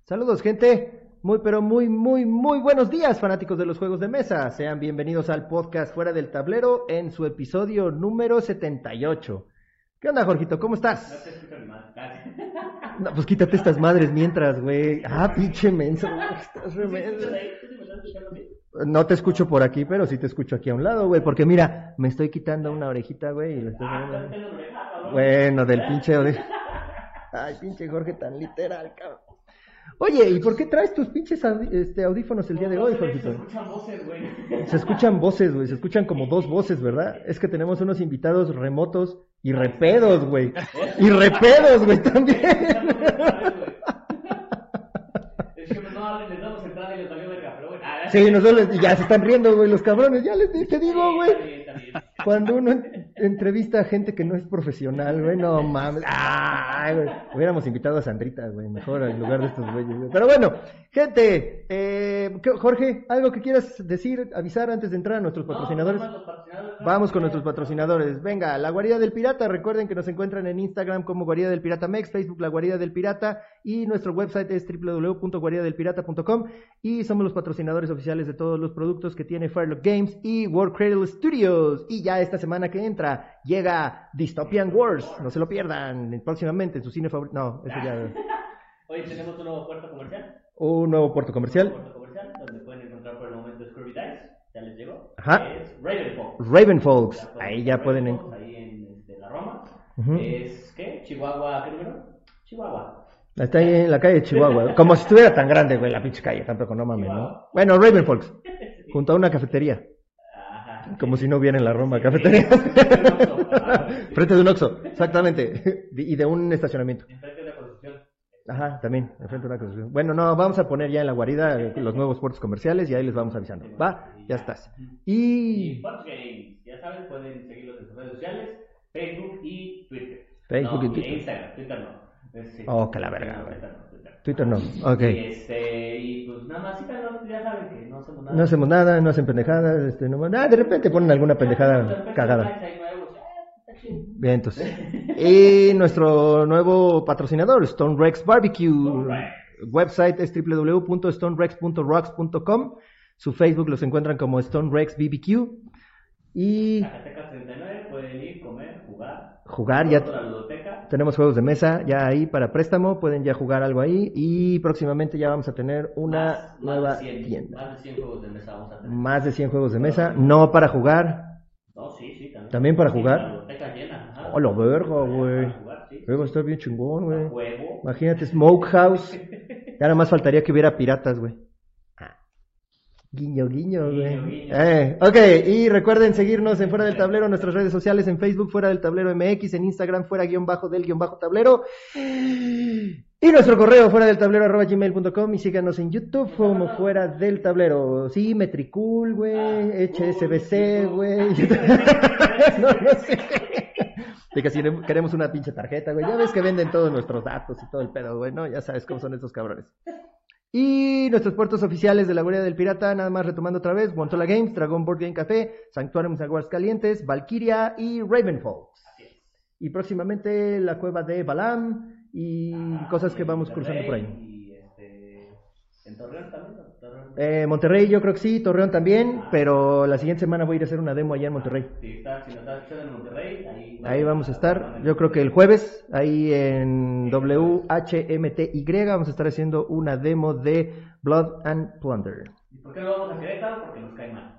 Saludos, gente. Muy, pero muy buenos días, fanáticos de los juegos de mesa. Sean bienvenidos al podcast Fuera del Tablero en su episodio número 78. ¿Qué onda, Jorgito? ¿Cómo No te estás? escucho ni más. No, pues quítate estas madres mientras, güey. Ah, pinche menso, güey. Estás re menso. No te escucho por aquí, pero sí te escucho aquí a un lado, güey. Porque mira, me estoy quitando una orejita, güey. Y le estoy poniendo... Bueno, del pinche oreja. Ay, pinche Jorge tan literal, cabrón. Oye, ¿y por qué traes tus pinches audífonos el día de hoy, Jorgito? Se escuchan voces, güey. Se escuchan voces, güey, se escuchan como dos voces, ¿verdad? Es que tenemos unos invitados remotos y repedos, güey. Y repedos, güey, también. Es que no les damos entrada y les valió verga, pero bueno. Sí, nosotros y ya se están riendo, güey, los cabrones, ya te digo, güey. Está bien. Cuando uno entrevista a gente que no es profesional, güey, no mames. Ay, güey. Hubiéramos invitado a Sandrita, güey, mejor en lugar de estos güeyes, güey. Pero bueno, gente, Jorge, ¿algo que quieras decir, avisar antes de entrar a nuestros patrocinadores? Vamos con nuestros patrocinadores. Venga, La Guarida del Pirata. Recuerden que nos encuentran en Instagram como Guarida del Pirata Mex, Facebook La Guarida del Pirata y nuestro website es www.guaridadelpirata.com y somos los patrocinadores oficiales de todos los productos que tiene Firelock Games y World Cradle Studios. Y ya esta semana que entra llega Dystopian Wars. No se lo pierdan próximamente en su cine favorito. No, eso ya. Hoy tenemos un nuevo puerto comercial. Un nuevo puerto comercial. Donde pueden encontrar por el momento Scurvy Dice. Ya les llegó. Ajá. Es Ravenfolks. Ravenfolks. Ahí ya pueden. Ahí en la Roma. Uh-huh. Es, ¿qué? Chihuahua, ¿qué número? Chihuahua. Está ahí en la calle de Chihuahua. Como si estuviera tan grande, güey, la pinche calle. Tampoco, no mames, ¿no? Bueno, Ravenfolks. Junto a una cafetería. Ajá. Como si no hubiera en la Roma cafetería. Frente de un Oxxo, exactamente. Y de un estacionamiento. Enfrente de la construcción. Ajá, también, enfrente de una construcción. Bueno, no, vamos a poner ya en la guarida los nuevos puertos comerciales y ahí les vamos avisando. Va, ya estás. Y Punch Games, ya saben, pueden seguirlos en sus redes sociales, Facebook y Twitter. Facebook no, y Twitter. Instagram, Twitter no. Sí, Oh, que la verga, güey. Twitter. Twitter no, ok. Y pues nada más, ya saben que no hacemos nada. No hacemos nada, no hacen pendejadas, de repente ponen alguna pendejada cagada. Bien, entonces. Y nuestro nuevo patrocinador, Stone Rex Barbecue. Website es www.stonerex.rocks.com. Su Facebook los encuentran como Stone Rex BBQ. Y Zacatecas 39, pueden ir, comer, jugar, ya la ludoteca. tenemos juegos de mesa ya ahí para préstamo, pueden ya jugar algo ahí. Y próximamente ya vamos a tener una nueva tienda. Más de 100 juegos de mesa vamos a tener. Más de 100 juegos de mesa, no para jugar. No, sí, también. ¿También para jugar? La biblioteca llena. Ajá. Oh, la verga, güey. Sí. Va a estar bien chingón, güey. Juego. Imagínate, Smokehouse. Ya nada más faltaría que hubiera piratas, güey. Guiño, güey. Ok, y recuerden seguirnos en Fuera del Tablero, en nuestras redes sociales, en Facebook, Fuera del Tablero MX, en Instagram, fuera_del_tablero. Y nuestro correo, fuera del tablero @gmail.com, y síganos en YouTube como Fuera del Tablero. Sí, Metricool, güey, HSBC, güey. No sé. De que si queremos una pinche tarjeta, güey. Ya ves que venden todos nuestros datos y todo el pedo, güey, ¿no? Ya sabes cómo son estos cabrones. Y nuestros puertos oficiales de la Guardia del Pirata, nada más retomando otra vez, Guantola Games, Dragon Board Game Café, Sanctuarium Aguascalientes, Valkyria y Ravenfolks. Y próximamente la cueva de Balam y cosas que vamos cruzando por ahí. Y en Torreón también, ¿no? Monterrey yo creo que sí, Torreón también, pero la siguiente semana voy a ir a hacer una demo allá en Monterrey. Si nos estás escuchando en Monterrey, ahí vamos a estar, yo creo que el jueves, ahí en WHMTY, vamos a estar haciendo una demo de Blood and Plunder. ¿Y por qué no vamos a Querétaro? Porque nos cae mal.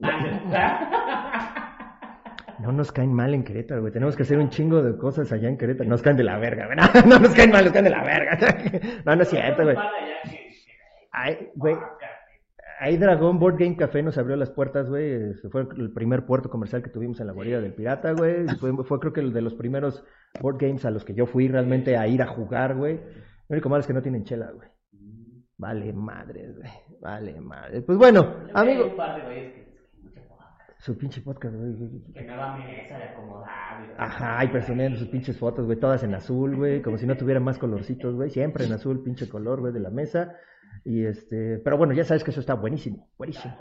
No nos caen mal en Querétaro, güey. Tenemos que hacer un chingo de cosas allá en Querétaro. Nos caen de la verga, güey. No nos caen mal, nos caen de la verga. No es cierto, güey. Ay, güey. Ahí Dragon Board Game Café nos abrió las puertas, güey. Fue el primer puerto comercial que tuvimos en la Guarida del Pirata, güey. Fue creo que el de los primeros board games a los que yo fui realmente a ir a jugar, güey. Lo único malo es que no tienen chela, güey. Vale madres, güey. Vale madres. Pues bueno, amigo. Su pinche podcast, güey. Que nueva mesa de acomodar. Ajá, y presumiendo sus pinches fotos, güey. Todas en azul, güey. Como si no tuviera más colorcitos, güey. Siempre en azul, pinche color, güey, de la mesa. Y pero bueno, ya sabes que eso está buenísimo. Buenísimo.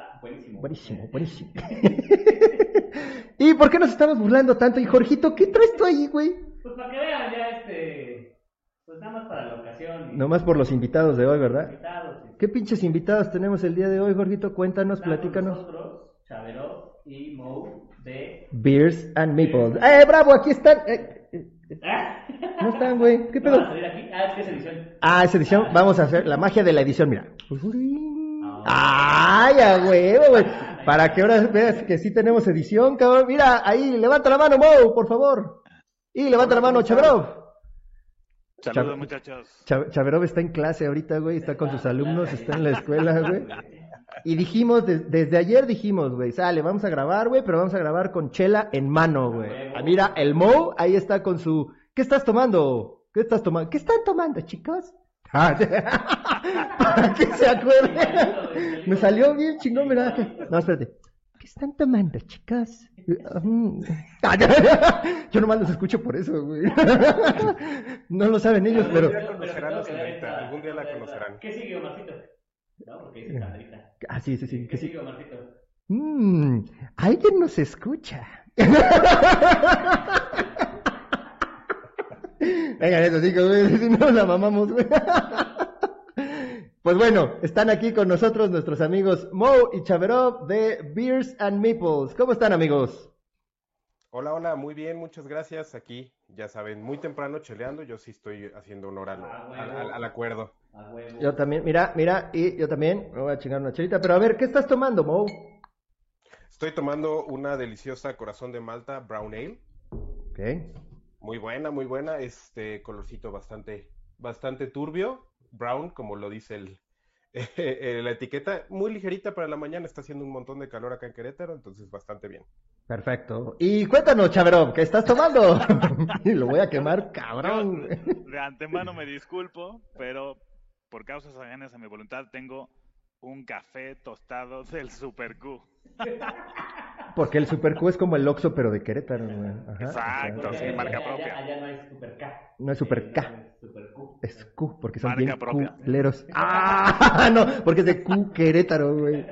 ¿Y por qué nos estamos burlando tanto? Y Jorgito, ¿qué traes tú ahí, güey? Pues para que vean ya pues nada más para la ocasión. Nomás por los invitados de hoy, ¿verdad? Invitados, sí. ¿Qué pinches invitados tenemos el día de hoy, Jorgito? Cuéntanos, Están con platícanos. nosotros, Chaverot y Mo de... Beers and Meeples. ¡Bravo! Aquí están. No están, güey. ¿Qué ¿No pedo? van a salir aquí? Ah, es que es edición. Ah, es edición. Vamos a hacer la magia de la edición, mira. ¡Ay, a huevo, güey! Para que ahora veas que sí tenemos edición, cabrón. Mira, ahí, levanta la mano, Mo, por favor. Y levanta la mano, Chaverov. Saludos, muchachos. Chaverov está en clase ahorita, güey. Está con sus alumnos, está en la escuela, güey. Y dijimos, desde ayer dijimos, güey, sale, vamos a grabar, güey, pero vamos a grabar con chela en mano, güey. Ah, mira, el Mo ahí está con su... ¿Qué estás tomando? ¿Qué estás tomando? ¿Qué están tomando, chicos? Para que se acuerde. Me salió bien chingón, ¿verdad? No, espérate. ¿Qué están tomando, chicas? Yo nomás los escucho por eso, güey. No lo saben ellos, pero... Algún día conocerán a la señorita, algún día la conocerán. ¿Qué sigue, Omarcito? No, porque dice Sandrita. Ah, sí. ¿Qué Que sí. sigue, Omarcito? Alguien nos escucha. Venga, eso sí, güey, si no la mamamos, güey. Pues bueno, están aquí con nosotros nuestros amigos Mo y Chaverov de Beers and Meeples. ¿Cómo están, amigos? Hola, muy bien, muchas gracias. Aquí, ya saben, muy temprano cheleando, yo sí estoy haciendo honor al acuerdo. A huevo. Yo también, mira, y yo también me voy a chingar una chelita. Pero a ver, ¿qué estás tomando, Mo? Estoy tomando una deliciosa Corazón de Malta Brown Ale. Ok. Muy buena, colorcito bastante turbio. Brown, como lo dice la etiqueta. Muy ligerita para la mañana, está haciendo un montón de calor acá en Querétaro, entonces bastante bien. Perfecto. Y cuéntanos, Chaverov, ¿qué estás tomando? Lo voy a quemar, cabrón. De antemano me disculpo, pero por causas ajenas a mi voluntad tengo un café tostado del Super Q. Porque el Super Q es como el Oxxo, pero de Querétaro, güey. Ajá, Exacto, o sea, sí, marca propia. Allá no hay Super K. No es Super K. Es Super Q. Es Q, porque son Marca bien propia. culeros. ¡Ah! No, porque es de Q Querétaro, güey.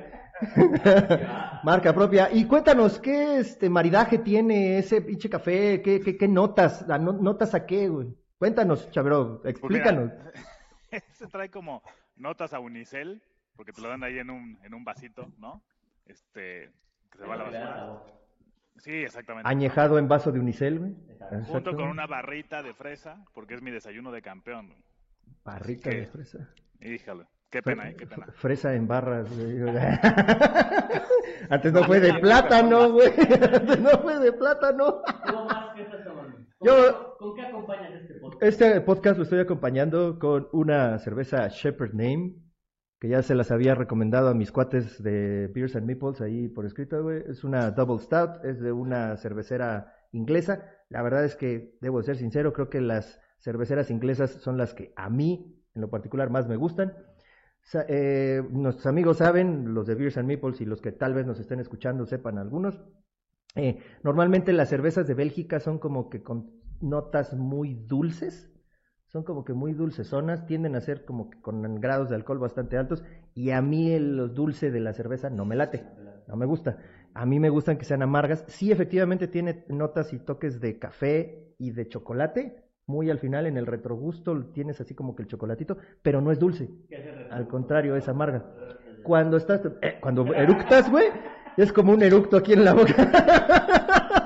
Marca propia. Y cuéntanos, ¿qué maridaje tiene ese pinche café? ¿Qué notas? ¿Notas a qué, güey? Cuéntanos, Chaverov, explícanos. Se trae como notas a unicel, porque te lo dan ahí en un vasito, ¿no? Que se va a la basura. Sí, exactamente. Añejado en vaso de unicel, güey. Junto con una barrita de fresa, porque es mi desayuno de campeón. Barrita de fresa. Híjole, qué pena, qué pena. Fresa en barras, güey. Antes no fue de plátano, güey. Antes no fue de plátano. ¿Cómo más que estás tomando? ¿Con qué acompañas este podcast? Este podcast lo estoy acompañando con una cerveza Shepherd Name, que ya se las había recomendado a mis cuates de Beers and Meeples ahí por escrito, güey. Es una Double Stout, es de una cervecera inglesa. La verdad es que, debo ser sincero, creo que las cerveceras inglesas son las que a mí, en lo particular, más me gustan. Nuestros amigos saben, los de Beers and Meeples y los que tal vez nos estén escuchando sepan algunos. Normalmente las cervezas de Bélgica son como que con notas muy dulces. Son como que muy dulcesonas, tienden a ser como que con grados de alcohol bastante altos, y a mí los dulces de la cerveza no me late, no me gusta. A mí me gustan que sean amargas. Sí, efectivamente tiene notas y toques de café y de chocolate, muy al final en el retrogusto tienes así como que el chocolatito, pero no es dulce, al contrario, es amarga. Cuando eructas, güey, es como un eructo aquí en la boca.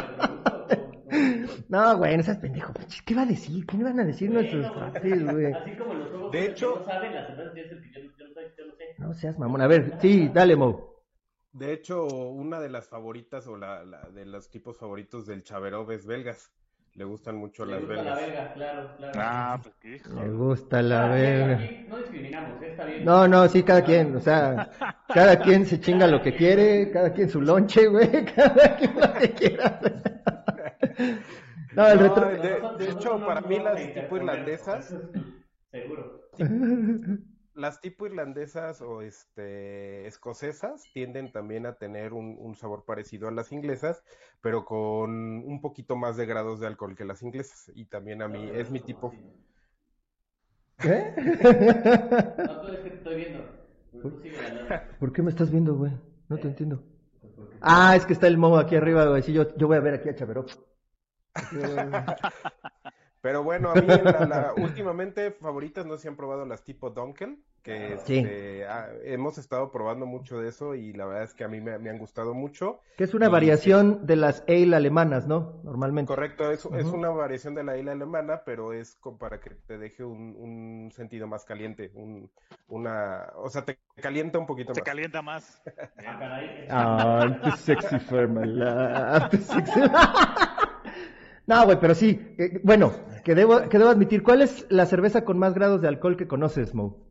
No, güey, no seas pendejo. ¿Qué va a decir? ¿Qué le van a decir nuestros cuates, güey? Así como los juegos De hecho- que no saben, las cervezas es el que yo no sé. No seas mamón. A ver, sí, dale, Mo. De hecho, una de las favoritas o la de los tipos favoritos del Chaverov es belgas. Le gustan mucho Le las gusta la belgas. belga, claro. Ah, pues qué hijo. Me gusta la verga. Aquí no discriminamos, está bien. No, sí, cada quien, o sea, cada quien se chinga lo que quiere, cada quien su lonche, güey, cada quien lo que quiera. No, el retro... De hecho, para mí las tipo irlandesas, Seguro. las tipo irlandesas o escocesas tienden también a tener un sabor parecido a las inglesas, pero con un poquito más de grados de alcohol que las inglesas. Y también a mí es mi tipo. ¿Qué? No, tú es que te estoy viendo. Tú sigue hablando. ¿Por qué me estás viendo, güey? No te entiendo. Ah, es que está el Mo aquí arriba, güey. Sí, yo voy a ver aquí a Chaverov. Pero bueno, a mí últimamente favoritas no sé si han probado las tipo Dunkel, que Sí. hemos estado probando mucho de eso y la verdad es que a mí me han gustado mucho. Que es una Y variación de las ale alemanas, ¿no? Normalmente. correcto, es Ujú. una variación de la isla alemana, pero es para que te deje un sentido más caliente, o sea, te calienta un poquito Se más. calienta más. Ah, caray. I'm too sexy for my love, too sexy. No, güey, pero sí. Bueno, que debo admitir, ¿cuál es la cerveza con más grados de alcohol que conoces, Mo?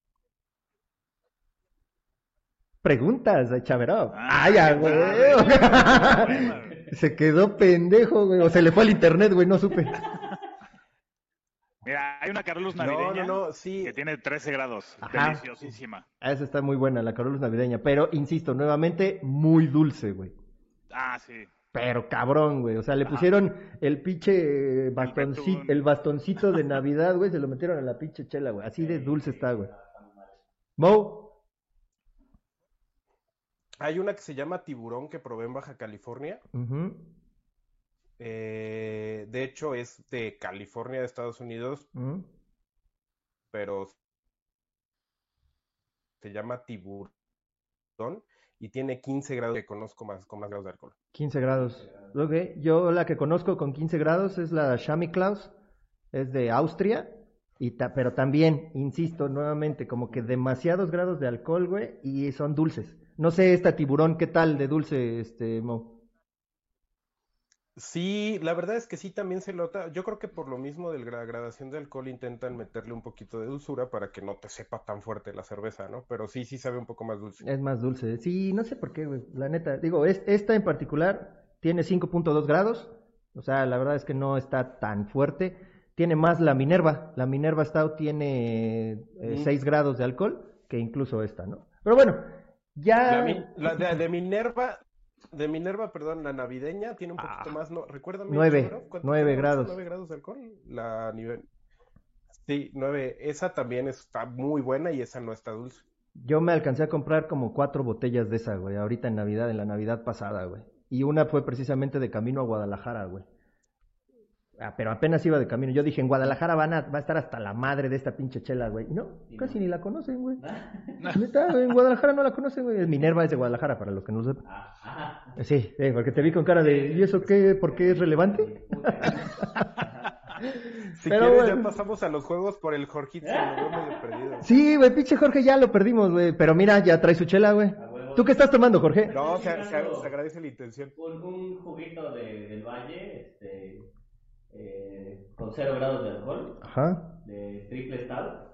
Preguntas, Chaveró. Ah, ya, güey. Se quedó pendejo, güey. O se le fue al internet, güey, no supe. Mira, hay una Carolus No, navideña sí. que tiene 13 grados. Ajá. Deliciosísima. Esa está muy buena, la Carolus navideña. Pero, insisto, nuevamente, muy dulce, güey. Ah, sí. Pero cabrón, güey. O sea, le Ajá. pusieron el pinche betún. el bastoncito de Navidad, güey. Se lo metieron en la pinche chela, güey. Así de dulce está, güey. Mo. Hay una que se llama Tiburón que probé en Baja California. Ujú, De hecho, es de California, de Estados Unidos, ujú. pero se llama Tiburón y tiene 15 grados que conozco con más grados de alcohol. 15 grados. Ok, yo la que conozco con 15 grados es la Shami Klaus, es de Austria, pero también, insisto, nuevamente, como que demasiados grados de alcohol, güey, y son dulces. No sé esta tiburón, ¿qué tal de dulce, Mo? Sí, la verdad es que sí también se nota. Yo creo que por lo mismo de la gradación de alcohol intentan meterle un poquito de dulzura para que no te sepa tan fuerte la cerveza, ¿no? Pero sí sabe un poco más dulce. Es más dulce. Sí, no sé por qué, güey, la neta. Digo, esta en particular tiene 5.2 grados, o sea, la verdad es que no está tan fuerte. Tiene más la Minerva. La Minerva Stout tiene 6 grados de alcohol que incluso esta, ¿no? Pero bueno, ya... De Minerva, perdón, la navideña tiene un poquito más, ¿no? Recuérdame, 9, Chavero, ¿cuánto 9 tiene? grados. 9 grados de alcohol. Sí, 9. Esa también está muy buena y esa no está dulce. Yo me alcancé a comprar como 4 botellas de esa, güey, ahorita en Navidad, en la Navidad pasada, güey. Y una fue precisamente de camino a Guadalajara, güey. Ah, pero apenas iba de camino. Yo dije, en Guadalajara va a estar hasta la madre de esta pinche chela, güey. Y no, casi ni la conocen, güey. Neta, güey, en Guadalajara no la conocen, güey. Minerva es de Guadalajara, para los que no lo sepan. Sí, porque te vi con cara de, ¿y eso qué? ¿Por qué es relevante? Si Pero quieres, bueno. ya pasamos a los juegos por el Jorgito, lo veo medio perdido. Sí, güey, pinche Jorge, ya lo perdimos, güey. Pero mira, ya trae su chela, güey. ¿Tú qué estás tomando, Jorge? No, se agradece la intención. Un juguito del Valle, con 0 grados de alcohol, Ajá. de triple stout.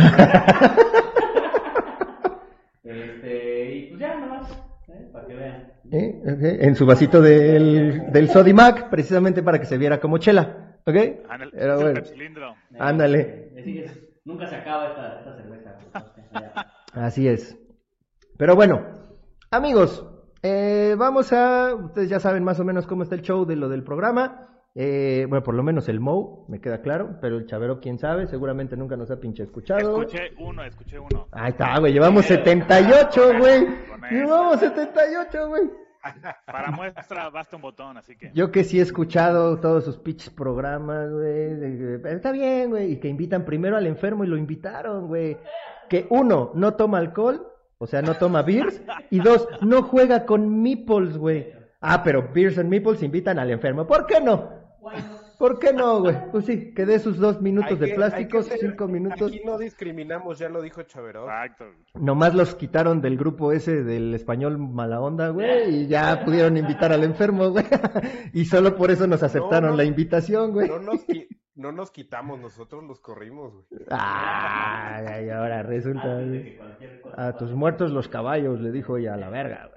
Y pues ya nomás, para que vean. Ok, en su vasito del Sodimac, precisamente para que se viera como chela, ¿ok? Pero Es el bueno, pepsilindro. ándale. Nunca se acaba esta cerveza. Así es. Pero bueno, amigos, ustedes ya saben más o menos cómo está el show de lo del programa. Bueno, por lo menos el Mo, me queda claro, pero el Chavero, quién sabe, seguramente nunca nos ha pinche escuchado. Escuché uno. Ahí está, güey, llevamos 78, güey. Llevamos 78, güey. Para muestra basta un botón, así que. Yo que sí he escuchado todos sus pinches programas, güey. Está bien, güey. Y que invitan primero al enfermo y lo invitaron, güey. Que uno, no toma alcohol, o sea, no toma beers. Y dos, no juega con meeples, güey. Ah, pero beers and meeples invitan al enfermo. ¿Por qué no? ¿Por qué no, güey? Pues sí, que dé sus 2 minutos de plástico, 5 minutos. Aquí no discriminamos, ya lo dijo Chavero. Exacto. Nomás los quitaron del grupo ese del español mala onda, güey, y ya pudieron invitar al enfermo, güey. Y solo por eso nos aceptaron la invitación, güey. No nos quitamos, nosotros los corrimos, güey. Ay, ahora resulta, güey. A tus muertos los caballos, le dijo ella, a la verga,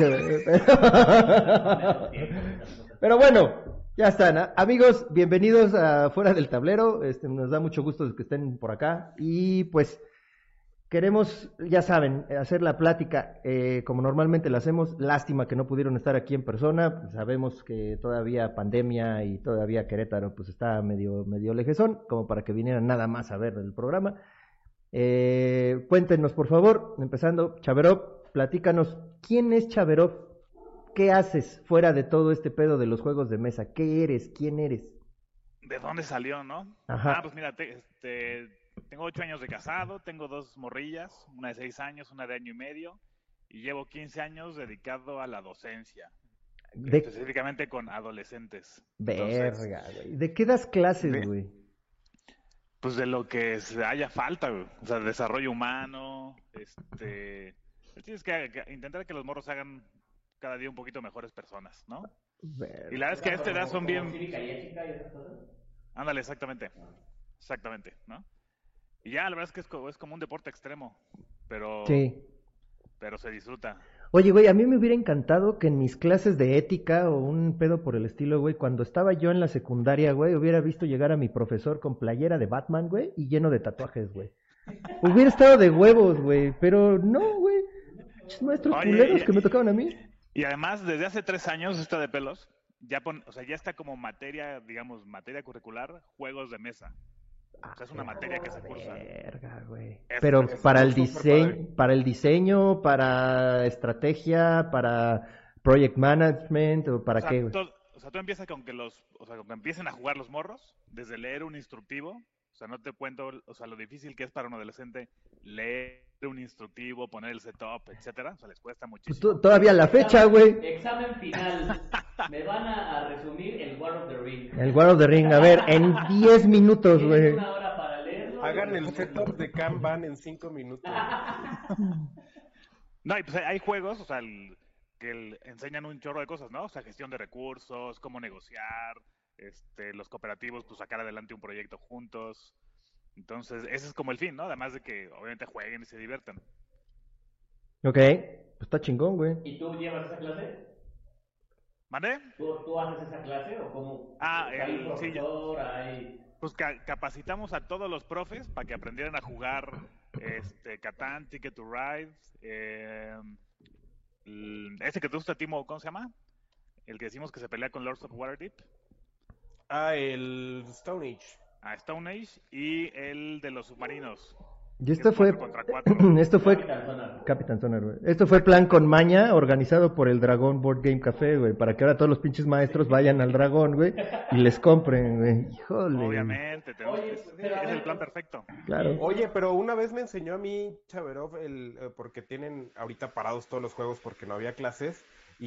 güey. Pero bueno, ya están, amigos, bienvenidos a Fuera del Tablero. Nos da mucho gusto que estén por acá. Y pues queremos, ya saben, hacer la plática como normalmente la hacemos. Lástima que no pudieron estar aquí en persona. Pues sabemos que todavía pandemia y todavía Querétaro pues está medio lejezón, como para que vinieran nada más a ver el programa. Cuéntenos, por favor, empezando, Chaverov, platícanos, ¿quién es Chaverov? ¿Qué haces fuera de todo este pedo de los juegos de mesa? ¿Qué eres? ¿Quién eres? ¿De dónde salió, no? Ajá. Pues mira, tengo 8 años de casado, tengo 2 morrillas, una de 6 años, una de año y medio, y llevo 15 años dedicado a la docencia, De específicamente con adolescentes. Entonces, verga, güey. ¿De qué das clases, de, güey? pues de lo que se haya falta, güey. O sea, desarrollo humano, tienes que intentar que los morros hagan cada día un poquito mejores personas, ¿no? Y la Verga. verdad es que a esta edad son Como bien... cívica y ética y esas cosas. Ándale, exactamente, ¿no? Y ya, la verdad es que es como un deporte extremo, pero, Sí. pero se disfruta. Oye, güey, a mí me hubiera encantado que en mis clases de ética o un pedo por el estilo, güey, cuando estaba yo en la secundaria, güey, hubiera visto llegar a mi profesor con playera de Batman, güey, y lleno de tatuajes, güey. Hubiera estado de huevos, güey, pero no, güey. Pinches maestros culeros que me tocaban a mí. Y además, desde hace 3 años, esta de pelos, o sea, ya está como materia, digamos, materia curricular, juegos de mesa. O sea, es una materia que se cursa. Verga, güey. Es- Pero es- para el súper padre. diseño, para estrategia, para project management, o para qué, güey. O sea, tú empiezas con o sea, con que empiecen a jugar los morros, desde leer un instructivo, o sea, no te cuento, o sea, lo difícil que es para un adolescente leer un instructivo, poner el setup, etcétera, o sea, les cuesta Pues muchísimo. todavía la fecha, güey. Examen final. Me van a resumir el War of the Ring. El War of the Ring, a ver, en 10 minutos, Tienes güey. una hora para leerlo. Hagan el setup de Kanban en 5 minutos. No, y pues hay juegos, o sea, enseñan un chorro de cosas, ¿no? O sea, gestión de recursos, cómo negociar, los cooperativos, pues sacar adelante un proyecto juntos. Entonces, ese es como el fin, ¿no? Además de que obviamente jueguen y se diviertan. Ok, pues está chingón, güey. ¿Y tú llevas esa clase? ¿Mande? ¿Tú haces esa clase o cómo? ¿Hay un Sí, profesor? ¿Hay...? pues capacitamos a todos los profes para que aprendieran a jugar Catán, Ticket to Ride, ese que te gusta, Timo, ¿cómo se llama? El que decimos que se pelea con Lords of Waterdeep. El Stone Age. Stone Age y el de los submarinos. Y esto Es fue, 4 contra 4. esto fue Capitán Sonar. Capitán Sonar, güey. Esto fue plan con maña organizado por el Dragón Board Game Café, güey, para que ahora todos los pinches maestros vayan al Dragón, güey, y les compren, güey. Híjole. Obviamente, Oye, pero a es ver, el plan perfecto. Claro. Oye, pero una vez me enseñó a mí Chaverov porque tienen ahorita parados todos los juegos porque no había clases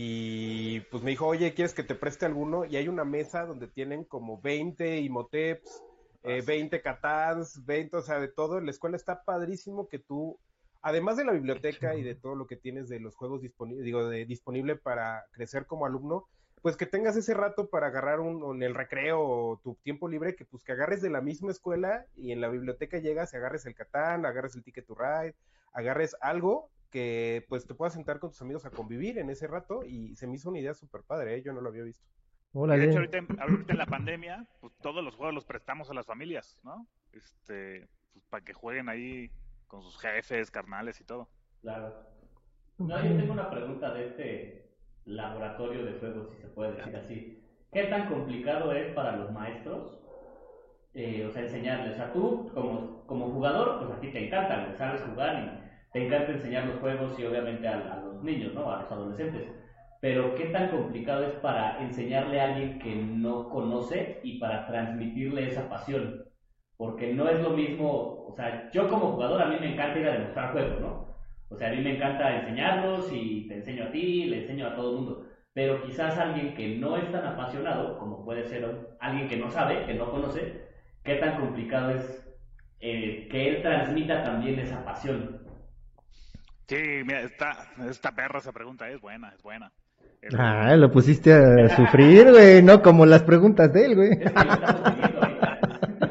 y pues me dijo, oye, ¿quieres que te preste alguno? Y hay una mesa donde tienen como 20 Imoteps, 20 Catans, 20, o sea, de todo. La escuela está padrísimo que tú, además de la biblioteca y de todo lo que tienes de los juegos disponible para crecer como alumno, pues que tengas ese rato para agarrar en el recreo o tu tiempo libre, que pues que agarres de la misma escuela y en la biblioteca llegas y agarres el Catán, agarres el Ticket to Ride, agarres algo que pues te puedas sentar con tus amigos a convivir en ese rato y se me hizo una idea súper padre, ¿eh? Yo no lo había visto. Y de hecho, Órale. ahorita en la pandemia, pues todos los juegos los prestamos a las familias, ¿no? Pues para que jueguen ahí con sus jefes, carnales y todo. Claro. No, yo tengo una pregunta de este laboratorio de juegos, si se puede decir así. ¿Qué tan complicado es para los maestros, o sea, enseñarles? O sea, tú como jugador, pues a ti te encanta, sabes jugar y te encanta enseñar los juegos y obviamente a los niños, ¿no? A los adolescentes. Pero ¿qué tan complicado es para enseñarle a alguien que no conoce y para transmitirle esa pasión? Porque no es lo mismo, o sea, yo como jugador a mí me encanta ir a demostrar juegos, ¿no? O sea, a mí me encanta enseñarlos y te enseño a ti, le enseño a todo el mundo. Pero quizás alguien que no es tan apasionado, como puede ser alguien que no sabe, que no conoce, ¿qué tan complicado es que él transmita también esa pasión? Sí, mira, esta perra, esa pregunta es buena, es buena. Ah, lo pusiste a sufrir, güey, no como las preguntas de él, güey. Es que lo estamos viviendo ahorita.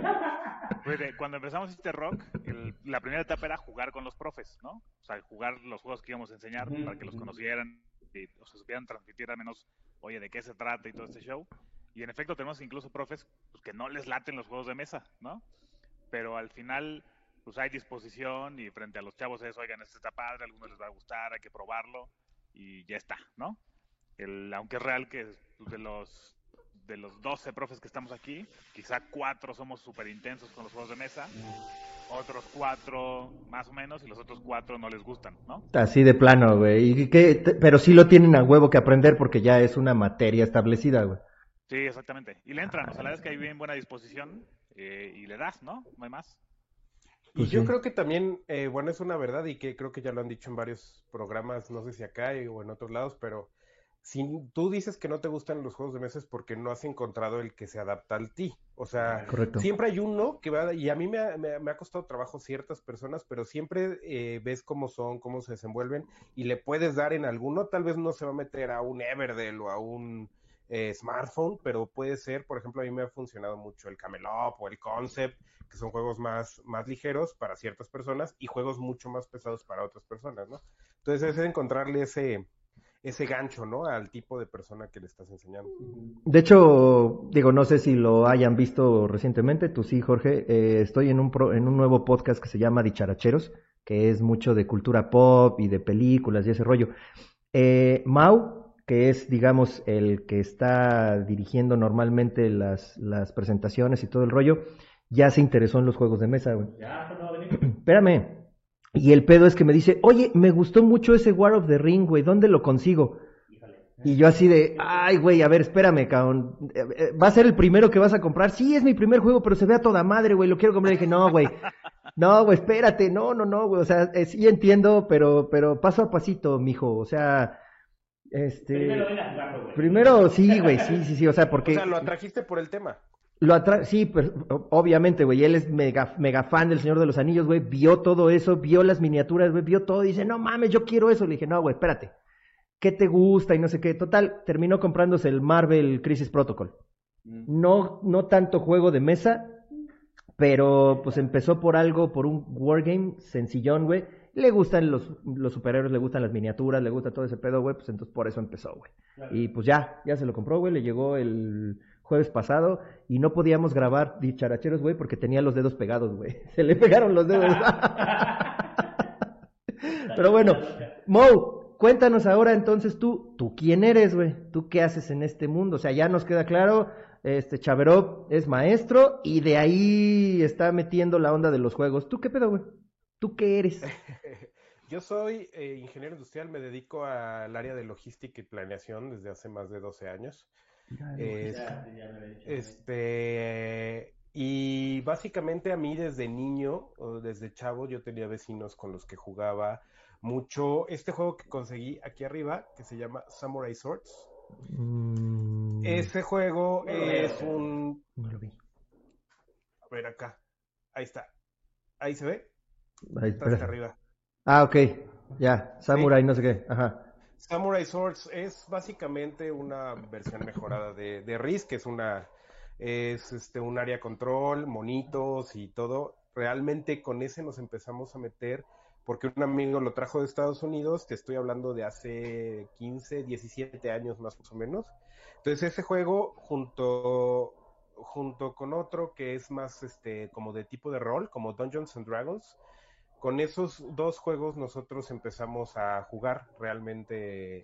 Cuando empezamos este rock, la primera etapa era jugar con los profes, ¿no? O sea, jugar los juegos que íbamos a enseñar para que los conocieran y o se supieran transmitir al menos, oye, de qué se trata y todo este show. Y en efecto tenemos incluso profes pues, que no les laten los juegos de mesa, ¿no? Pero al final, pues hay disposición y frente a los chavos es, oigan, este está padre, a algunos les va a gustar, hay que probarlo y ya está, ¿no? Aunque es real que pues, de los 12 profes que estamos aquí, quizá 4 somos súper intensos con los juegos de mesa, otros 4 más o menos, y los otros 4 no les gustan, ¿no? Así de plano, güey. Pero sí lo tienen a huevo que aprender porque ya es una materia establecida, güey. Sí, exactamente. Y le entran, o sea, la verdad es que hay bien buena disposición y le das, ¿no? No hay más. Y Pues yo sí. creo que también, bueno, es una verdad y que creo que ya lo han dicho en varios programas, no sé si acá o en otros lados, pero si tú dices que no te gustan los juegos de mesa es porque no has encontrado el que se adapta a ti. O sea, Correcto. siempre hay uno que va, y a mí me ha costado trabajo ciertas personas, pero siempre ves cómo son, cómo se desenvuelven y le puedes dar en alguno, tal vez no se va a meter a un Everdell o a un smartphone, pero puede ser, por ejemplo, a mí me ha funcionado mucho el Camelot o el Concept, que son juegos más ligeros para ciertas personas y juegos mucho más pesados para otras personas, ¿no? Entonces es encontrarle ese gancho, ¿no? Al tipo de persona que le estás enseñando. De hecho, digo, no sé si lo hayan visto recientemente, tú sí, Jorge, estoy en un nuevo podcast que se llama Dicharacheros, que es mucho de cultura pop y de películas y ese rollo. Mau, que es, digamos, el que está dirigiendo normalmente las presentaciones y todo el rollo, ya se interesó en los juegos de mesa, güey. Ya, no va a venir. Espérame. Y el pedo es que me dice, oye, me gustó mucho ese War of the Ring, güey, ¿dónde lo consigo? Híjole. Y yo así de, ay, güey, a ver, espérame, cabrón. ¿Va a ser el primero que vas a comprar? Sí, es mi primer juego, pero se ve a toda madre, güey, lo quiero comprar. Y dije, no, güey, no, güey, espérate, no, güey, o sea, sí entiendo, pero paso a pasito, mijo, o sea, Primero ven a jugarlo, güey. primero, sí, güey, sí, o sea, O sea, porque lo atrajiste por el tema. sí, pues, obviamente, güey, él es mega fan del Señor de los Anillos, güey, vio todo eso, vio las miniaturas, güey, vio todo, y dice, no mames, yo quiero eso. Le dije, no, güey, espérate. ¿Qué te gusta? Y no sé qué. Total, terminó comprándose el Marvel Crisis Protocol. No tanto juego de mesa, pero pues empezó por algo, por un wargame sencillón, güey. Le gustan los superhéroes, le gustan las miniaturas, le gusta todo ese pedo, güey. Pues entonces por eso empezó, güey. Claro. Y pues ya se lo compró, güey. Le llegó el jueves pasado y no podíamos grabar dicharacheros, güey, porque tenía los dedos pegados, güey. Se le pegaron los dedos. Pero bueno, Mo, cuéntanos ahora entonces tú quién eres, güey, tú qué haces en este mundo, o sea, ya nos queda claro, Chaverov es maestro y de ahí está metiendo la onda de los juegos. ¿Tú qué pedo, güey? ¿Tú qué eres? Yo soy ingeniero industrial, me dedico al área de logística y planeación desde hace más de 12 años. Ya me había dicho. Y básicamente a mí desde niño, o desde chavo, yo tenía vecinos con los que jugaba mucho este juego que conseguí aquí arriba, que se llama Samurai Swords. Ese juego No lo veo, es un... No lo vi. A ver acá, ahí está. ¿Ahí se ve? Ay, Está hasta espera. arriba. Ah, ok, ya, ¿Sí? Samurai, no sé qué, ajá. Samurai Swords es básicamente una versión mejorada de Risk, que es un área control, monitos y todo. Realmente con ese nos empezamos a meter porque un amigo lo trajo de Estados Unidos, te estoy hablando de hace 15, 17 años más o menos. Entonces ese juego junto con otro que es más como de tipo de rol, como Dungeons and Dragons, con esos dos juegos nosotros empezamos a jugar realmente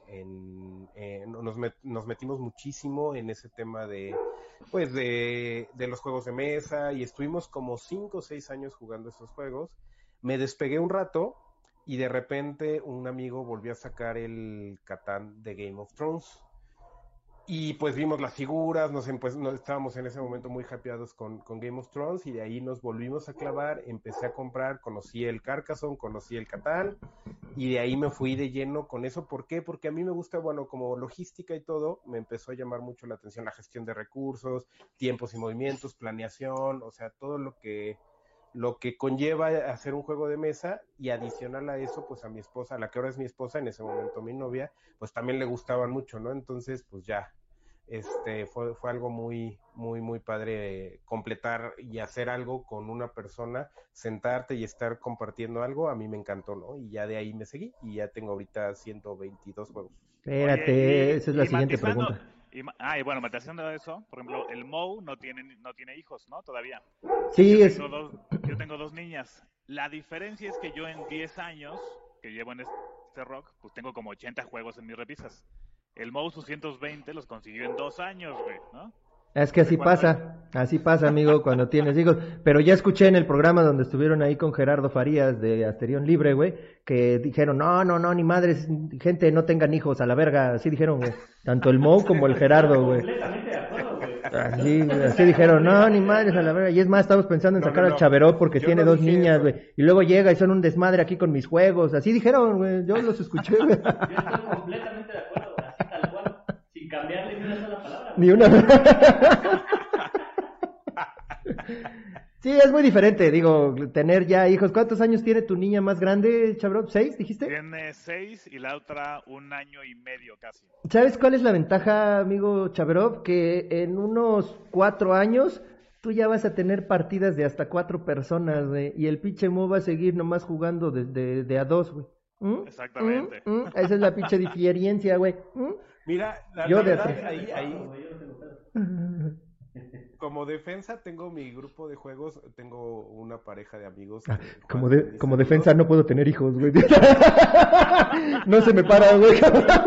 nos metimos muchísimo en ese tema pues de los juegos de mesa y estuvimos como 5 o 6 años jugando esos juegos. Me despegué un rato y de repente un amigo volvió a sacar el Catán de Game of Thrones. Y pues vimos las figuras, estábamos en ese momento muy hypeados con Game of Thrones y de ahí nos volvimos a clavar, empecé a comprar, conocí el Carcassonne, conocí el Catán y de ahí me fui de lleno con eso. ¿Por qué? Porque a mí me gusta, bueno, como logística y todo, me empezó a llamar mucho la atención la gestión de recursos, tiempos y movimientos, planeación, o sea, todo lo que conlleva hacer un juego de mesa y adicional a eso, pues a mi esposa, a la que ahora es mi esposa, en ese momento mi novia, pues también le gustaban mucho, ¿no? Entonces, pues ya, fue algo muy, muy, muy padre completar y hacer algo con una persona, sentarte y estar compartiendo algo, a mí me encantó, ¿no? Y ya de ahí me seguí y ya tengo ahorita 122 juegos. Oye, Espérate, esa es la y siguiente matizando, pregunta. y bueno, matizando eso, por ejemplo, el Mou no tiene hijos, ¿no? Todavía. Sí, Yo tengo dos niñas. La diferencia es que yo en 10 años que llevo en este rock, pues tengo como 80 juegos en mis repisas. El Mou sus 120 los consiguió en 2 años, güey, ¿no? es que así pasa, amigo, cuando tienes hijos. Pero ya escuché en el programa donde estuvieron ahí con Gerardo Farías de Asterión Libre, güey, que dijeron, no, ni madres, gente, no tengan hijos, a la verga, así dijeron, güey. Tanto el Mou como el Gerardo, güey. Completamente de acuerdo, Así dijeron, no, ni madres a la verga. Y es más, estamos pensando en sacar al Chaveró porque Yo tiene no 2 dije niñas, eso. güey. Y luego llega y son un desmadre aquí con mis juegos. Así dijeron, güey. Yo los escuché, güey. Yo estoy completamente de acuerdo, así tal cual, sin cambiarle ni una sola palabra. Ni una. Sí, es muy diferente, digo, tener ya hijos. ¿Cuántos años tiene tu niña más grande, Chabrón? ¿6, dijiste? Tiene 6 y la otra 1 año y medio casi. ¿Sabes cuál es la ventaja, amigo Chaverov? Que en unos 4 años tú ya vas a tener partidas de hasta 4 personas, güey. Y el pinche Mo va a seguir nomás jugando de a 2, güey. Exactamente. Esa es la pinche diferencia, güey. Mira, Yo la de verdad, atrás. ahí, como defensa tengo mi grupo de juegos, tengo una pareja de amigos. que Como, juegan mis como amigos. defensa no puedo tener hijos, güey. No se me para, güey.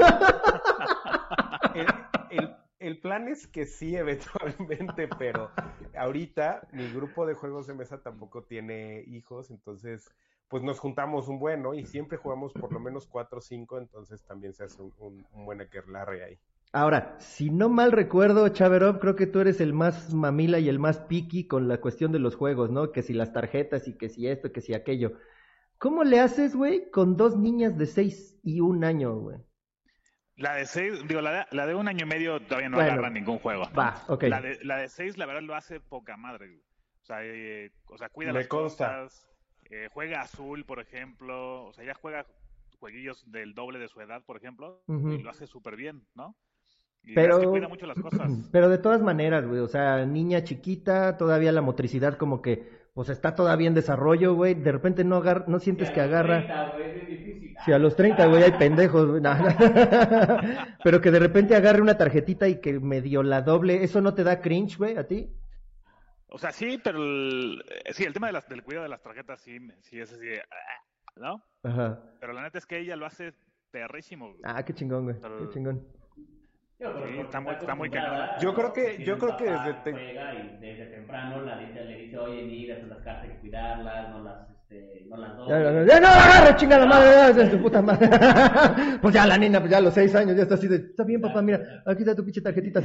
El plan es que sí, eventualmente, pero ahorita mi grupo de juegos de mesa tampoco tiene hijos, entonces pues nos juntamos un buen, ¿no? Y siempre jugamos por lo menos 4 o 5, entonces también se hace un buen aquelarre ahí. Ahora, si no mal recuerdo, Chaverov, creo que tú eres el más mamila y el más picky con la cuestión de los juegos, ¿no? Que si las tarjetas y que si esto, que si aquello. ¿Cómo le haces, güey, con 2 niñas de 6 y 1 año, güey? La de 6, digo, la de 1 año y medio todavía no Bueno, agarra ningún juego, ¿no? va, ok. La de 6, la verdad, lo hace poca madre, güey. O sea, cuida Me las consta. cosas, juega azul, por ejemplo, o sea, ya juega jueguillos del doble de su edad, por ejemplo, Ujú. y lo hace súper bien, ¿no? Y la verdad es que cuida mucho las cosas. Pero de todas maneras, güey, o sea, niña chiquita, todavía la motricidad como que, pues está todavía en desarrollo, güey, de repente no sientes que agarra. 30, güey, es bien difícil. Si a los 30, güey, hay pendejos, güey, no. Pero que de repente agarre una tarjetita y que medio la doble, ¿eso no te da cringe, güey, a ti? O sea, sí, pero sí, el tema de del cuidado de las tarjetas sí es así, ¿no? Ajá. Pero la neta es que ella lo hace perrísimo, güey. Ah, qué chingón, güey, qué chingón. Yo, pero Sí, porque está muy acostumbrada, cañona. Yo creo que- tiene yo un creo que papá desde que juega y desde temprano le dice, oye, mira, son las cartas hay que cuidarlas, no las dobles. ¡Ya no agarre, chingada madre! ¡Ya, de tu puta madre! Pues ya la nena, pues ya a los 6 años ya está así de, está bien, papá, mira, aquí está tu pinche tarjetita.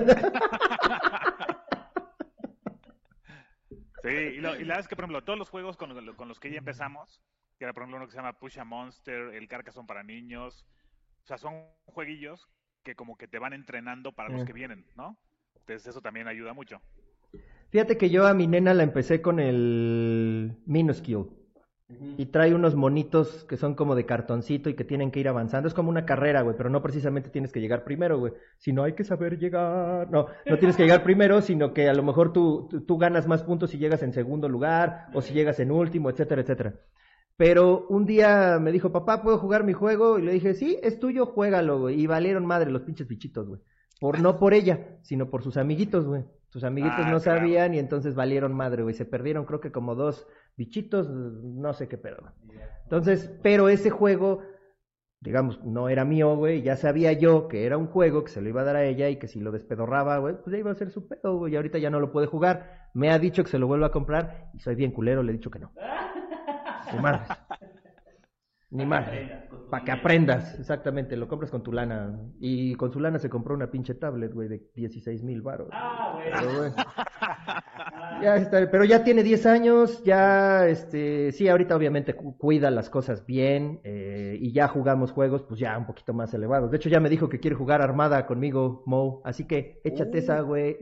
Sí, y la verdad es que, por ejemplo, todos los juegos con los que ya empezamos, que era, por ejemplo, uno que se llama Push a Monster, el Carcassonne para niños, o sea, son jueguillos que como que te van entrenando para los que vienen, ¿no? Entonces eso también ayuda mucho. Fíjate que yo a mi nena la empecé con el Minuscule. Y trae unos monitos que son como de cartoncito y que tienen que ir avanzando. Es como una carrera, güey, pero no precisamente tienes que llegar primero, güey. Sino hay que saber llegar. No tienes que llegar primero, sino que a lo mejor tú ganas más puntos si llegas en segundo lugar o si llegas en último, etcétera, etcétera. Pero un día me dijo, papá, ¿puedo jugar mi juego? Y le dije, sí, es tuyo, juégalo, güey. Y valieron madre los pinches bichitos, güey. No por ella, sino por sus amiguitos, güey. Sus amiguitos no claro. sabían y entonces valieron madre, güey. Se perdieron creo que como 2 bichitos, no sé qué pedo. Entonces, pero ese juego, digamos, no era mío, güey. Ya sabía yo que era un juego que se lo iba a dar a ella y que si lo despedorraba, güey, pues ya iba a ser su pedo, güey. Y ahorita ya no lo puede jugar. Me ha dicho que se lo vuelva a comprar y soy bien culero, le he dicho que no. Ni madres. Ni madres. Para que aprendas, exactamente, lo compras con tu lana. Y con su lana se compró una pinche tablet, güey, de 16,000 baros. Ah, güey. Pero bueno. Ya está, pero ya tiene 10 años, ya, sí, ahorita obviamente cuida las cosas bien, y ya jugamos juegos, pues ya un poquito más elevados. De hecho, ya me dijo que quiere jugar Armada conmigo, Mo, así que échate esa, güey.